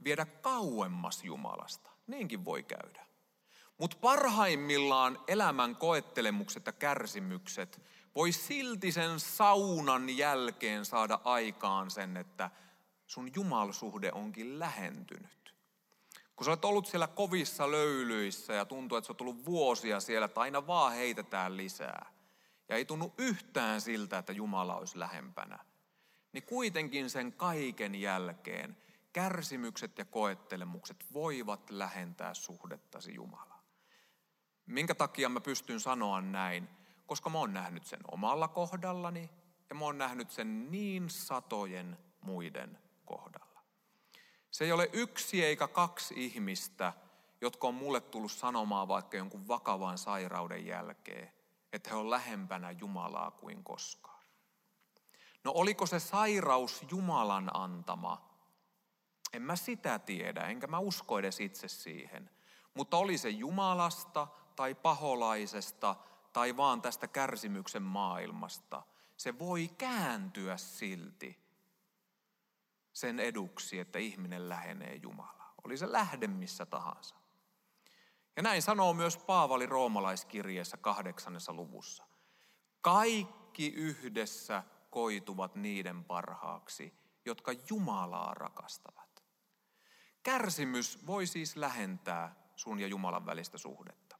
viedä kauemmas Jumalasta. Niinkin voi käydä. Mutta parhaimmillaan elämän koettelemukset ja kärsimykset voi silti sen saunan jälkeen saada aikaan sen, että sun jumalsuhde onkin lähentynyt. Kun sä olet ollut siellä kovissa löylyissä ja tuntuu, että sä oot ollut vuosia siellä, että aina vaan heitetään lisää. Ja ei tunnu yhtään siltä, että Jumala olisi lähempänä. Niin kuitenkin sen kaiken jälkeen kärsimykset ja koettelemukset voivat lähentää suhdettasi Jumalaan. Minkä takia mä pystyn sanoa näin? Koska mä oon nähnyt sen omalla kohdallani ja mä oon nähnyt sen niin satojen muiden kohdalla. Se ei ole yksi eikä kaksi ihmistä, jotka on mulle tullut sanomaan vaikka jonkun vakavan sairauden jälkeen, että he on lähempänä Jumalaa kuin koskaan. No oliko se sairaus Jumalan antama? En mä sitä tiedä, enkä mä usko edes itse siihen. Mutta oli se Jumalasta tai paholaisesta tai vaan tästä kärsimyksen maailmasta. Se voi kääntyä silti sen eduksi, että ihminen lähenee Jumalaa. Oli se lähde missä tahansa. Ja näin sanoo myös Paavali roomalaiskirjeessä 8. luvussa. Kaikki yhdessä koituvat niiden parhaaksi, jotka Jumalaa rakastavat. Kärsimys voi siis lähentää sun ja Jumalan välistä suhdetta.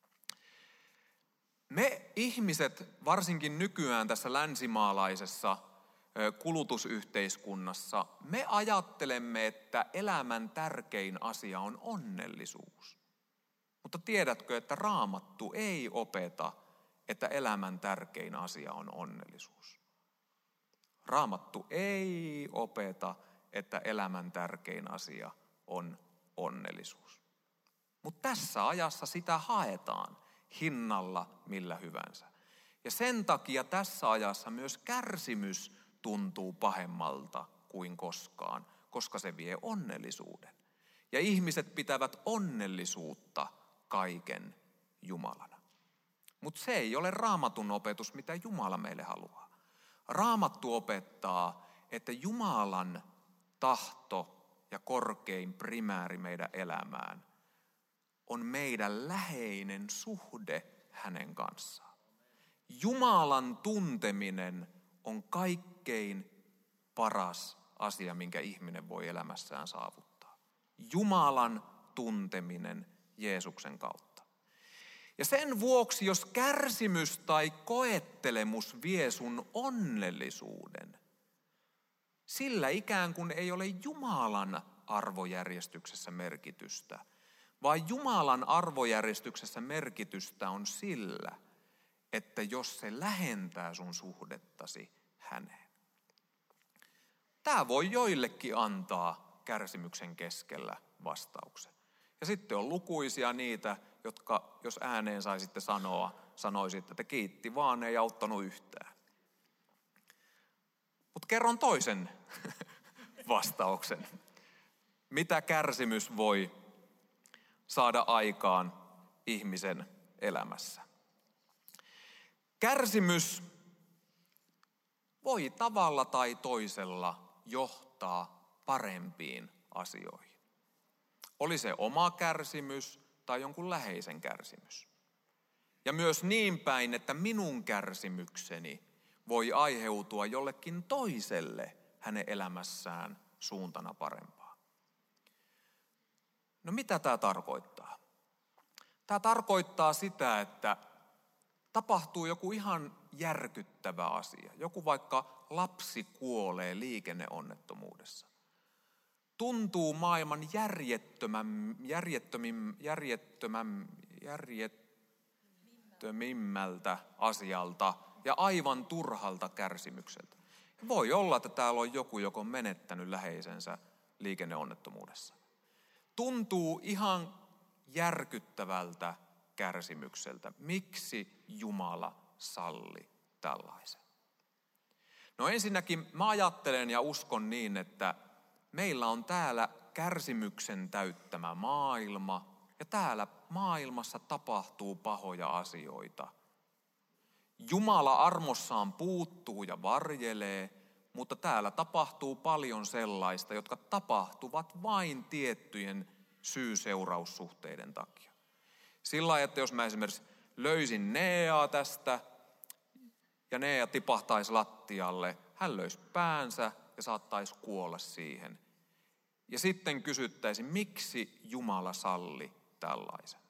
Me ihmiset, varsinkin nykyään tässä länsimaalaisessa kulutusyhteiskunnassa, me ajattelemme, että elämän tärkein asia on onnellisuus. Mutta tiedätkö, että Raamattu ei opeta, että elämän tärkein asia on onnellisuus. Raamattu ei opeta, että elämän tärkein asia on onnellisuus. Mutta tässä ajassa sitä haetaan hinnalla millä hyvänsä. Ja sen takia tässä ajassa myös kärsimys tuntuu pahemmalta kuin koskaan, koska se vie onnellisuuden. Ja ihmiset pitävät onnellisuutta kaiken Jumalana. Mutta se ei ole Raamatun opetus, mitä Jumala meille haluaa. Raamattu opettaa, että Jumalan tahto ja korkein primääri meidän elämään on meidän läheinen suhde hänen kanssaan. Jumalan tunteminen on kaikkein paras asia, minkä ihminen voi elämässään saavuttaa. Jumalan tunteminen Jeesuksen kautta. Ja sen vuoksi, jos kärsimys tai koettelemus vie sun onnellisuuden, sillä ikään kuin ei ole Jumalan arvojärjestyksessä merkitystä, vaan Jumalan arvojärjestyksessä merkitystä on sillä, että jos se lähentää sun suhdettasi häneen. Tämä voi joillekin antaa kärsimyksen keskellä vastauksen. Ja sitten on lukuisia niitä, jotka jos ääneen saisitte sanoa, sanoisitte, että kiitti vaan, ei auttanut yhtään. Mutta kerron toisen vastauksen. Mitä kärsimys voi saada aikaan ihmisen elämässä? Kärsimys voi tavalla tai toisella johtaa parempiin asioihin. Oli se oma kärsimys tai jonkun läheisen kärsimys. Ja myös niin päin, että minun kärsimykseni voi aiheutua jollekin toiselle hänen elämässään suuntana parempaa. No mitä tämä tarkoittaa? Tämä tarkoittaa sitä, että tapahtuu joku ihan järkyttävä asia. Joku vaikka lapsi kuolee liikenneonnettomuummassa. Tuntuu maailman järjettömimmältä asialta ja aivan turhalta kärsimykseltä. Voi olla, että täällä on joku, joka on menettänyt läheisensä liikenneonnettomuudessa. Tuntuu ihan järkyttävältä kärsimykseltä. Miksi Jumala salli tällaisen? No ensinnäkin mä ajattelen ja uskon niin, että meillä on täällä kärsimyksen täyttämä maailma ja täällä maailmassa tapahtuu pahoja asioita. Jumala armossaan puuttuu ja varjelee, mutta täällä tapahtuu paljon sellaista, jotka tapahtuvat vain tiettyjen syy-seuraussuhteiden takia. Sillä lailla, että jos mä esimerkiksi löysin Neaa tästä ja Nea tipahtaisi lattialle, hän löisi päänsä ja saattaisi kuolla siihen. Ja sitten kysyttäisiin, miksi Jumala salli tällaisen.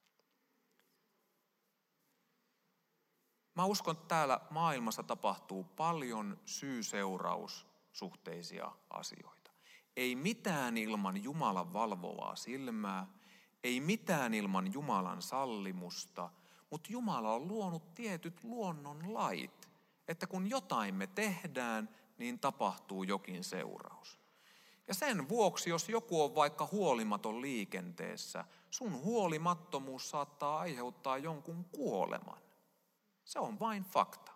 Mä uskon, että täällä maailmassa tapahtuu paljon syy-seuraussuhteisia asioita. Ei mitään ilman Jumalan valvovaa silmää, ei mitään ilman Jumalan sallimusta, mutta Jumala on luonut tietyt luonnonlait, että kun jotain me tehdään, niin tapahtuu jokin seuraus. Ja sen vuoksi, jos joku on vaikka huolimaton liikenteessä, sun huolimattomuus saattaa aiheuttaa jonkun kuoleman. Se on vain fakta.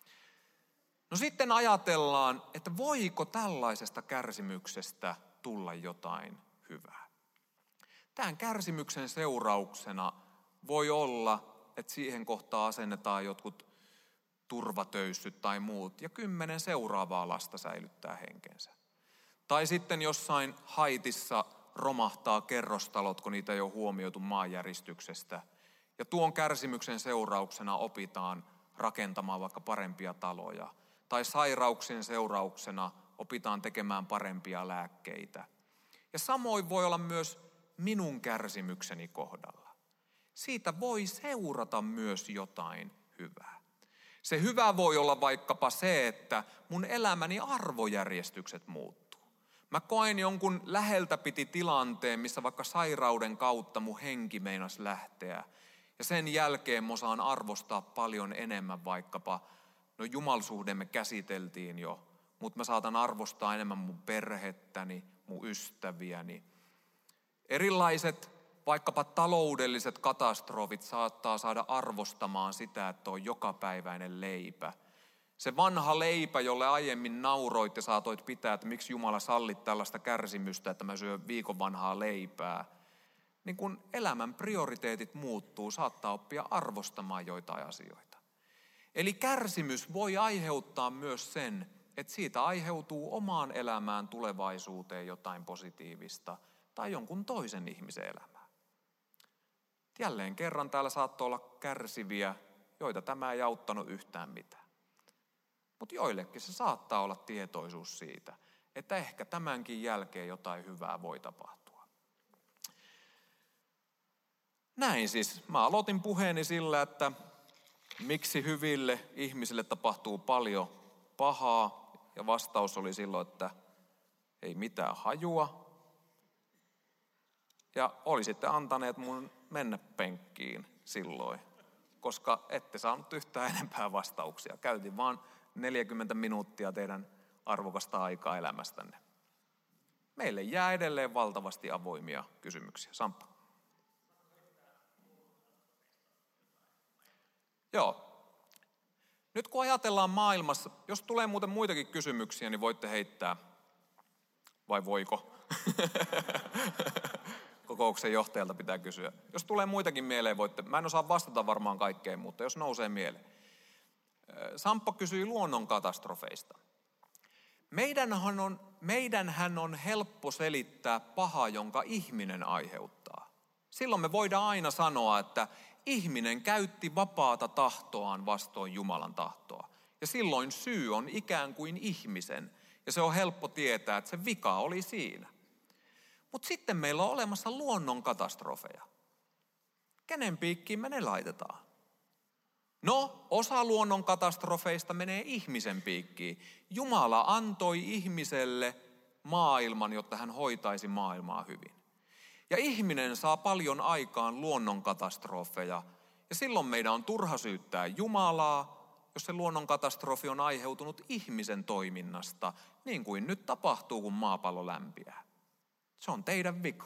No sitten ajatellaan, että voiko tällaisesta kärsimyksestä tulla jotain hyvää. Tämän kärsimyksen seurauksena voi olla, että siihen kohtaan asennetaan jotkut turvatöyssyt tai muut ja 10 seuraavaa lasta säilyttää henkensä. Tai sitten jossain Haitissa romahtaa kerrostalot, kun niitä ei ole huomioitu maanjäristyksestä. Ja tuon kärsimyksen seurauksena opitaan rakentamaan vaikka parempia taloja. Tai sairauksien seurauksena opitaan tekemään parempia lääkkeitä. Ja samoin voi olla myös minun kärsimykseni kohdalla. Siitä voi seurata myös jotain hyvää. Se hyvä voi olla vaikkapa se, että mun elämäni arvojärjestykset muuttuu. Mä koen jonkun läheltä piti tilanteen, missä vaikka sairauden kautta mun henki meinasi lähteä. Ja sen jälkeen mä osaan arvostaa paljon enemmän vaikkapa, no jumalsuhde me käsiteltiin jo, mutta mä saatan arvostaa enemmän mun perhettäni, mun ystäviäni. Erilaiset vaikkapa taloudelliset katastrofit saattaa saada arvostamaan sitä, että on jokapäiväinen leipä. Se vanha leipä, jolle aiemmin nauroit ja saatoit pitää, että miksi Jumala sallit tällaista kärsimystä, että mä syön viikon vanhaa leipää. Niin kun elämän prioriteetit muuttuu, saattaa oppia arvostamaan joitain asioita. Eli kärsimys voi aiheuttaa myös sen, että siitä aiheutuu omaan elämään tulevaisuuteen jotain positiivista tai jonkun toisen ihmisen elämään. Jälleen kerran täällä saattoi olla kärsiviä, joita tämä ei auttanut yhtään mitään. Mutta joillekin se saattaa olla tietoisuus siitä, että ehkä tämänkin jälkeen jotain hyvää voi tapahtua. Näin siis. Mä aloitin puheeni sillä, että miksi hyville ihmisille tapahtuu paljon pahaa. Ja vastaus oli silloin, että ei mitään hajua. Ja olisitte antaneet mun mennä penkkiin silloin, koska ette saanut yhtään enempää vastauksia. Käytin vaan 40 minuuttia teidän arvokasta aikaa elämästänne. Meille jää edelleen valtavasti avoimia kysymyksiä. Samppa. Joo. Nyt kun ajatellaan maailmassa, jos tulee muuten muitakin kysymyksiä, niin voitte heittää. Vai voiko? Kokouksen johtajalta pitää kysyä. Jos tulee muitakin mieleen, voitte. Mä en osaa vastata varmaan kaikkeen, mutta jos nousee mieleen. Samppa kysyi luonnonkatastrofeista. Meidänhän on helppo selittää paha, jonka ihminen aiheuttaa. Silloin me voidaan aina sanoa, että ihminen käytti vapaata tahtoaan vastoin Jumalan tahtoa. Ja silloin syy on ikään kuin ihmisen. Ja se on helppo tietää, että se vika oli siinä. Mutta sitten meillä on olemassa luonnonkatastrofeja. Kenen piikkiin me ne laitetaan? No, osa luonnonkatastrofeista menee ihmisen piikkiin. Jumala antoi ihmiselle maailman, jotta hän hoitaisi maailmaa hyvin. Ja ihminen saa paljon aikaan luonnonkatastrofeja. Ja silloin meidän on turha syyttää Jumalaa, jos se luonnonkatastrofi on aiheutunut ihmisen toiminnasta, niin kuin nyt tapahtuu, kun maapallo lämpiää. Se on teidän vika.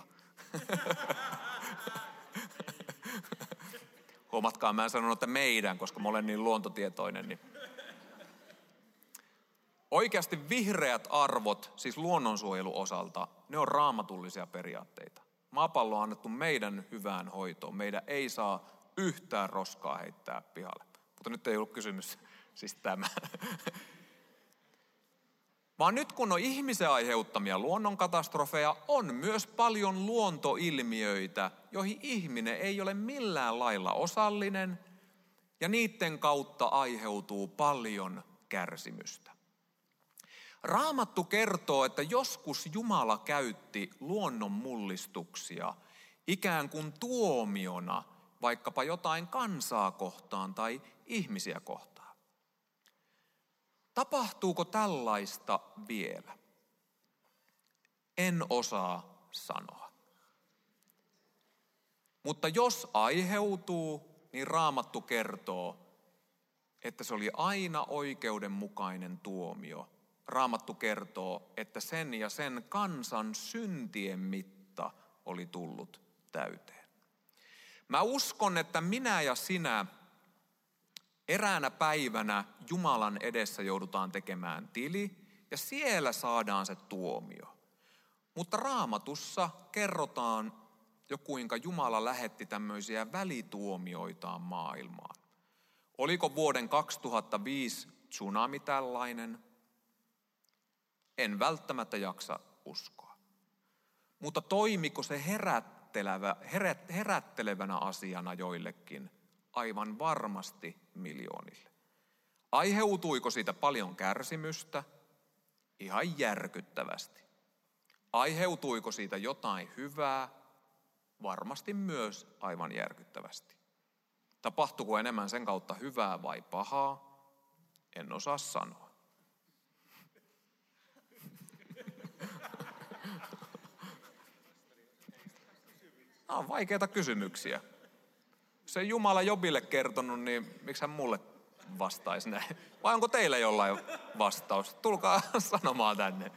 Huomatkaa, mä en sanonut, että meidän, koska mä olen niin luontotietoinen. Niin. Oikeasti vihreät arvot, siis luonnonsuojelun osalta, ne on raamatullisia periaatteita. Maapallo on annettu meidän hyvään hoitoon. Meidän ei saa yhtään roskaa heittää pihalle. Mutta nyt ei ollut kysymys siis tämä. Vaan nyt kun on ihmisen aiheuttamia luonnonkatastrofeja, on myös paljon luontoilmiöitä, joihin ihminen ei ole millään lailla osallinen, ja niiden kautta aiheutuu paljon kärsimystä. Raamattu kertoo, että joskus Jumala käytti luonnonmullistuksia ikään kuin tuomiona vaikkapa jotain kansaa kohtaan tai ihmisiä kohtaan. Tapahtuuko tällaista vielä? En osaa sanoa. Mutta jos aiheutuu, niin Raamattu kertoo, että se oli aina oikeudenmukainen tuomio. Raamattu kertoo, että sen ja sen kansan syntien mitta oli tullut täyteen. Mä uskon, että minä ja sinä eräänä päivänä Jumalan edessä joudutaan tekemään tili ja siellä saadaan se tuomio. Mutta Raamatussa kerrotaan jo kuinka Jumala lähetti tämmöisiä välituomioitaan maailmaan. Oliko vuoden 2005 tsunami tällainen? En välttämättä jaksa uskoa. Mutta toimiko se herättelevänä asiana joillekin? Aivan varmasti miljoonille. Aiheutuiko siitä paljon kärsimystä? Ihan järkyttävästi. Aiheutuiko siitä jotain hyvää? Varmasti myös aivan järkyttävästi. Tapahtuiko enemmän sen kautta hyvää vai pahaa? En osaa sanoa. Nämä on vaikeita kysymyksiä. Jos ei Jumala Jobille kertonut, niin miksi hän mulle vastaisi näin? Vai onko teillä jollain vastaus? Tulkaa sanomaan tänne.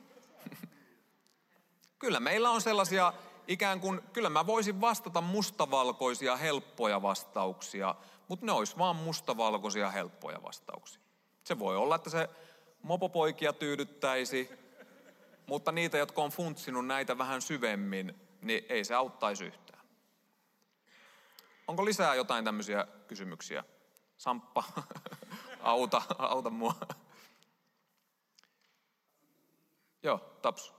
Kyllä meillä on sellaisia ikään kuin, kyllä mä voisin vastata mustavalkoisia helppoja vastauksia, mutta ne olisi vaan mustavalkoisia helppoja vastauksia. Se voi olla, että se mopopoikia tyydyttäisi, mutta niitä, jotka on funtsinut näitä vähän syvemmin, niin ei se auttaisi yhtään. Onko lisää jotain tämmöisiä kysymyksiä? Samppa, auta mua. Joo, Tapsu.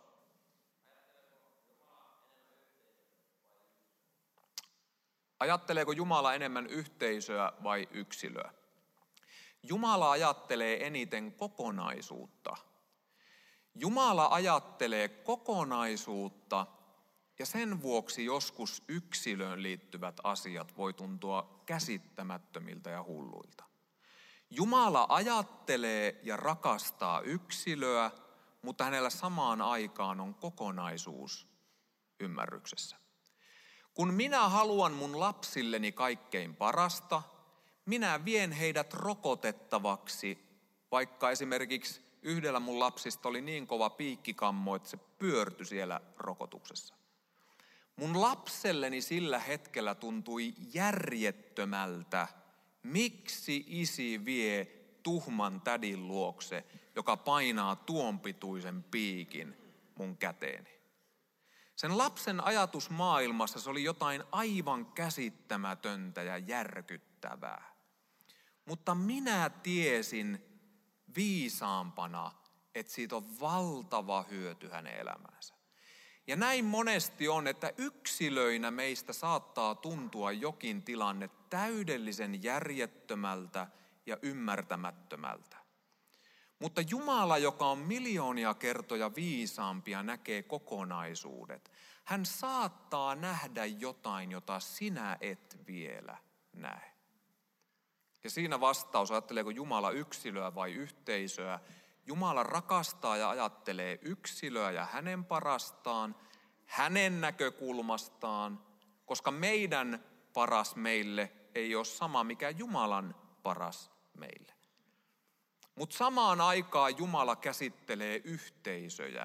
Ajatteleeko Jumala enemmän yhteisöä vai yksilöä? Jumala ajattelee eniten kokonaisuutta. Jumala ajattelee kokonaisuutta ja sen vuoksi joskus yksilöön liittyvät asiat voi tuntua käsittämättömiltä ja hulluilta. Jumala ajattelee ja rakastaa yksilöä, mutta hänellä samaan aikaan on kokonaisuus ymmärryksessä. Kun minä haluan mun lapsilleni kaikkein parasta, minä vien heidät rokotettavaksi, vaikka esimerkiksi yhdellä mun lapsista oli niin kova piikkikammo, että se pyörtyi siellä rokotuksessa. Mun lapselleni sillä hetkellä tuntui järjettömältä, miksi isi vie tuhman tädin luokse, joka painaa tuon pituisen piikin mun käteeni. Sen lapsen ajatusmaailmassa se oli jotain aivan käsittämätöntä ja järkyttävää. Mutta minä tiesin viisaampana, että siitä on valtava hyöty hänen elämäänsä. Ja näin monesti on, että yksilöinä meistä saattaa tuntua jokin tilanne täydellisen järjettömältä ja ymmärtämättömältä. Mutta Jumala, joka on miljoonia kertoja viisaampia, näkee kokonaisuudet. Hän saattaa nähdä jotain, jota sinä et vielä näe. Ja siinä vastaus, ajatteleeko Jumala yksilöä vai yhteisöä? Jumala rakastaa ja ajattelee yksilöä ja hänen parastaan, hänen näkökulmastaan, koska meidän paras meille ei ole sama, mikä Jumalan paras meille. Mutta samaan aikaan Jumala käsittelee yhteisöjä,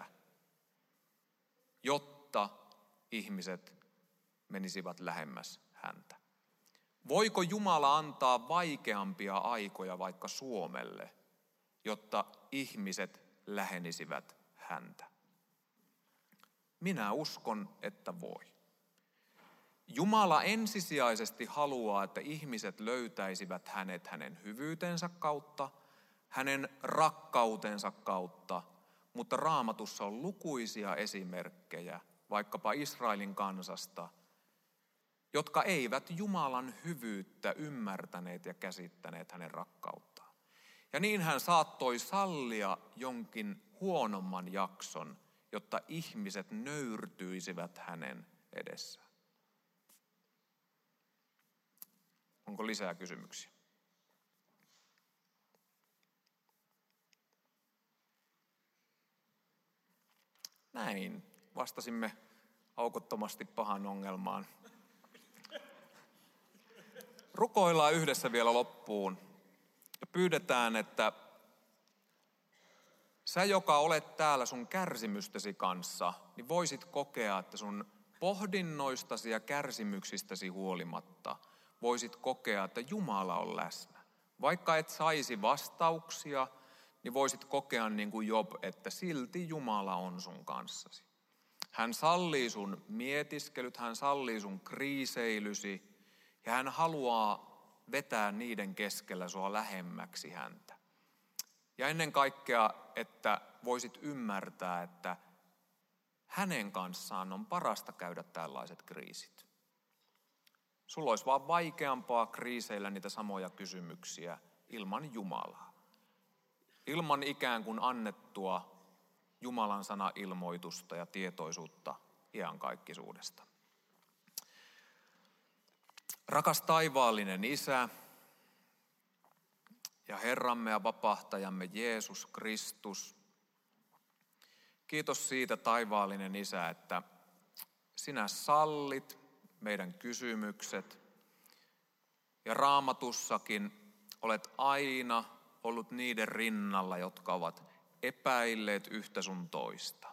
jotta ihmiset menisivät lähemmäs häntä. Voiko Jumala antaa vaikeampia aikoja vaikka Suomelle, jotta ihmiset lähenisivät häntä? Minä uskon, että voi. Jumala ensisijaisesti haluaa, että ihmiset löytäisivät hänet hänen hyvyytensä kautta, hänen rakkautensa kautta, mutta Raamatussa on lukuisia esimerkkejä, vaikkapa Israelin kansasta, jotka eivät Jumalan hyvyyttä ymmärtäneet ja käsittäneet hänen rakkauttaan. Ja niin hän saattoi sallia jonkin huonomman jakson, jotta ihmiset nöyrtyisivät hänen edessään. Onko lisää kysymyksiä? Näin. Vastasimme aukottomasti pahan ongelmaan. Rukoillaan yhdessä vielä loppuun ja pyydetään, että sä, joka olet täällä sun kärsimystesi kanssa, niin voisit kokea, että sun pohdinnoistasi ja kärsimyksistäsi huolimatta voisit kokea, että Jumala on läsnä. Vaikka et saisi vastauksia, niin voisit kokea niin kuin Job, että silti Jumala on sun kanssasi. Hän sallii sun mietiskelyt, hän sallii sun kriiseilysi ja hän haluaa vetää niiden keskellä sua lähemmäksi häntä. Ja ennen kaikkea, että voisit ymmärtää, että hänen kanssaan on parasta käydä tällaiset kriisit. Sulla olisi vaan vaikeampaa kriiseillä niitä samoja kysymyksiä ilman Jumalaa. Ilman ikään kuin annettua Jumalan sana-ilmoitusta ja tietoisuutta iankaikkisuudesta. Rakas taivaallinen Isä ja Herramme ja vapahtajamme Jeesus Kristus, kiitos siitä taivaallinen Isä, että sinä sallit meidän kysymykset ja Raamatussakin olet aina ollut niiden rinnalla, jotka ovat epäilleet yhtä sun toista.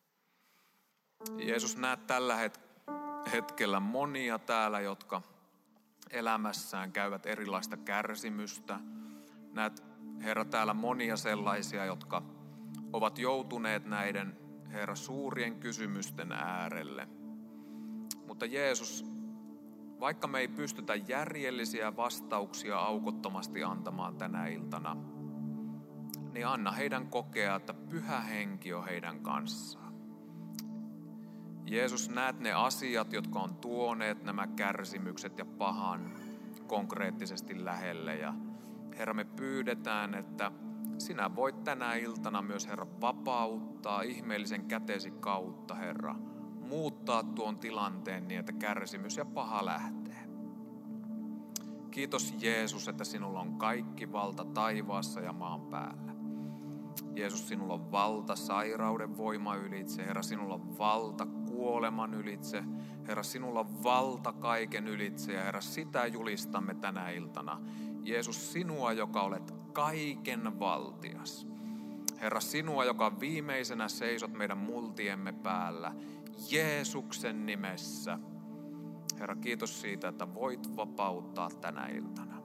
Jeesus, näet tällä hetkellä monia täällä, jotka elämässään käyvät erilaista kärsimystä. Näet, Herra, täällä monia sellaisia, jotka ovat joutuneet näiden, Herra, suurien kysymysten äärelle. Mutta Jeesus, vaikka me ei pystytä järjellisiä vastauksia aukottomasti antamaan tänä iltana, niin anna heidän kokea, että Pyhä Henki on heidän kanssaan. Jeesus, näet ne asiat, jotka on tuoneet nämä kärsimykset ja pahan konkreettisesti lähelle. Ja Herra, me pyydetään, että sinä voit tänä iltana myös, Herra, vapauttaa ihmeellisen kätesi kautta, Herra, muuttaa tuon tilanteen niin, että kärsimys ja paha lähtee. Kiitos Jeesus, että sinulla on kaikki valta taivaassa ja maan päällä. Jeesus, sinulla on valta sairauden voima ylitse. Herra, sinulla on valta kuoleman ylitse. Herra, sinulla on valta kaiken ylitse. Ja Herra, sitä julistamme tänä iltana. Jeesus, sinua, joka olet kaiken valtias. Herra, sinua, joka viimeisenä seisot meidän multiemme päällä. Jeesuksen nimessä. Herra, kiitos siitä, että voit vapauttaa tänä iltana.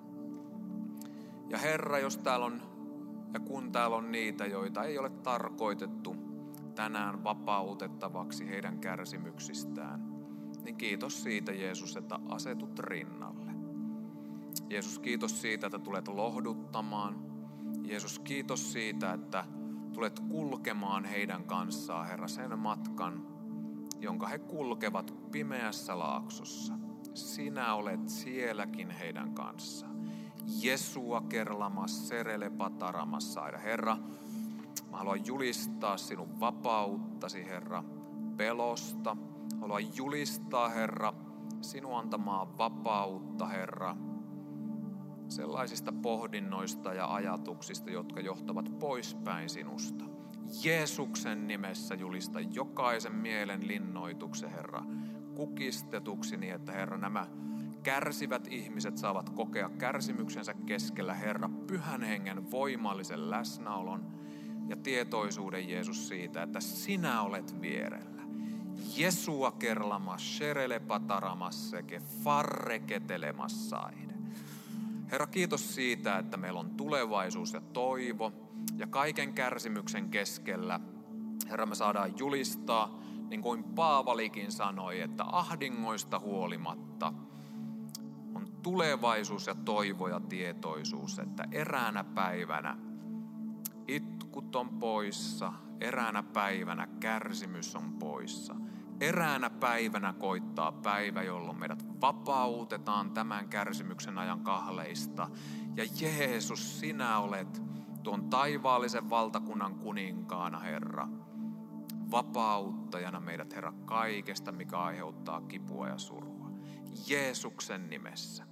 Ja Herra, jos täällä on ja kun täällä on niitä, joita ei ole tarkoitettu tänään vapautettavaksi heidän kärsimyksistään, niin kiitos siitä, Jeesus, että asetut rinnalle. Jeesus, kiitos siitä, että tulet lohduttamaan. Jeesus, kiitos siitä, että tulet kulkemaan heidän kanssaan, Herra, sen matkan, jonka he kulkevat pimeässä laaksossa. Sinä olet sielläkin heidän kanssaan. Jesua kerlamas serele pataramassa. Herra, mä haluan julistaa sinun vapauttasi, Herra, pelosta. Haluan julistaa, Herra, sinun antamaa vapautta, Herra, sellaisista pohdinnoista ja ajatuksista, jotka johtavat poispäin sinusta. Jeesuksen nimessä julista jokaisen mielen linnoituksen, Herra, kukistetuksi niin, että Herra, nämä kärsivät ihmiset saavat kokea kärsimyksensä keskellä, Herra, Pyhän Hengen voimallisen läsnäolon ja tietoisuuden, Jeesus, siitä, että sinä olet vierellä. Jesua kerlamas, sherele pataramasseke, farreketelemassaide. Herra, kiitos siitä, että meillä on tulevaisuus ja toivo ja kaiken kärsimyksen keskellä, Herra, me saadaan julistaa, niin kuin Paavalikin sanoi, että ahdingoista huolimatta on tulevaisuus ja toivo ja tietoisuus, että eräänä päivänä Itkut on poissa, eräänä päivänä kärsimys on poissa. Eräänä päivänä koittaa päivä, jolloin meidät vapautetaan tämän kärsimyksen ajan kahleista. Ja Jeesus, sinä olet tuon taivaallisen valtakunnan kuninkaana, Herra. Vapauttajana meidät, Herra, kaikesta, mikä aiheuttaa kipua ja surua. Jeesuksen nimessä.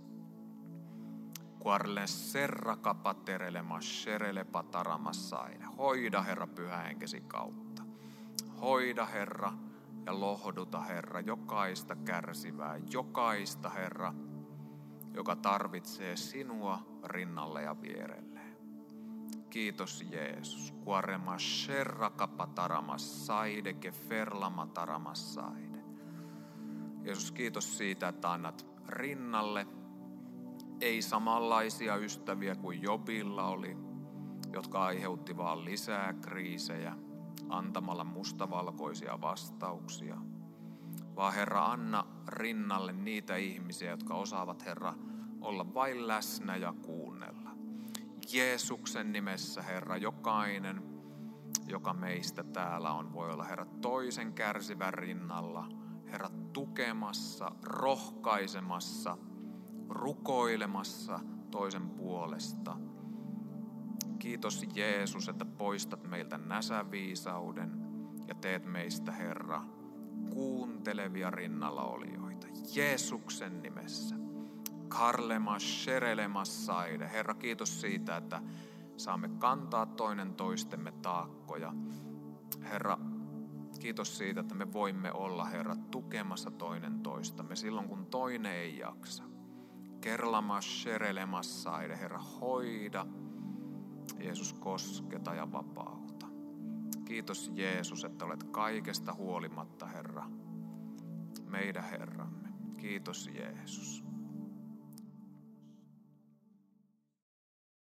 Kuarle serra kapaterelema sherele pataramassaine. Hoida, Herra, pyhä henkesi kautta. Hoida, Herra, ja lohduta, Herra, jokaista kärsivää, jokaista, Herra, joka tarvitsee sinua rinnalle ja vierelleen. Kiitos Jeesus. Kuarema sherra kapataramassaide keferlamataramassaide. Jeesus, kiitos siitä, että annat rinnalle ei samanlaisia ystäviä kuin Jobilla oli, jotka aiheutti vaan lisää kriisejä antamalla mustavalkoisia vastauksia. Vaan Herra, anna rinnalle niitä ihmisiä, jotka osaavat, Herra, olla vain läsnä ja kuunnella. Jeesuksen nimessä, Herra, jokainen, joka meistä täällä on, voi olla, Herra, toisen kärsivän rinnalla, Herra, tukemassa, rohkaisemassa, rukoilemassa toisen puolesta. Kiitos Jeesus, että poistat meiltä näsäviisauden ja teet meistä, Herra, kuuntelevia rinnallaolijoita. Jeesuksen nimessä. Karlema sherelemassaide. Herra, kiitos siitä, että saamme kantaa toinen toistemme taakkoja. Herra, kiitos siitä, että me voimme olla, Herra, tukemassa toinen toistamme silloin, kun toinen ei jaksa. Kerlama sherelemassaide. Herra, hoida. Jeesus, kosketa ja vapauta. Kiitos Jeesus, että olet kaikesta huolimatta, Herra, meidän Herramme. Kiitos Jeesus.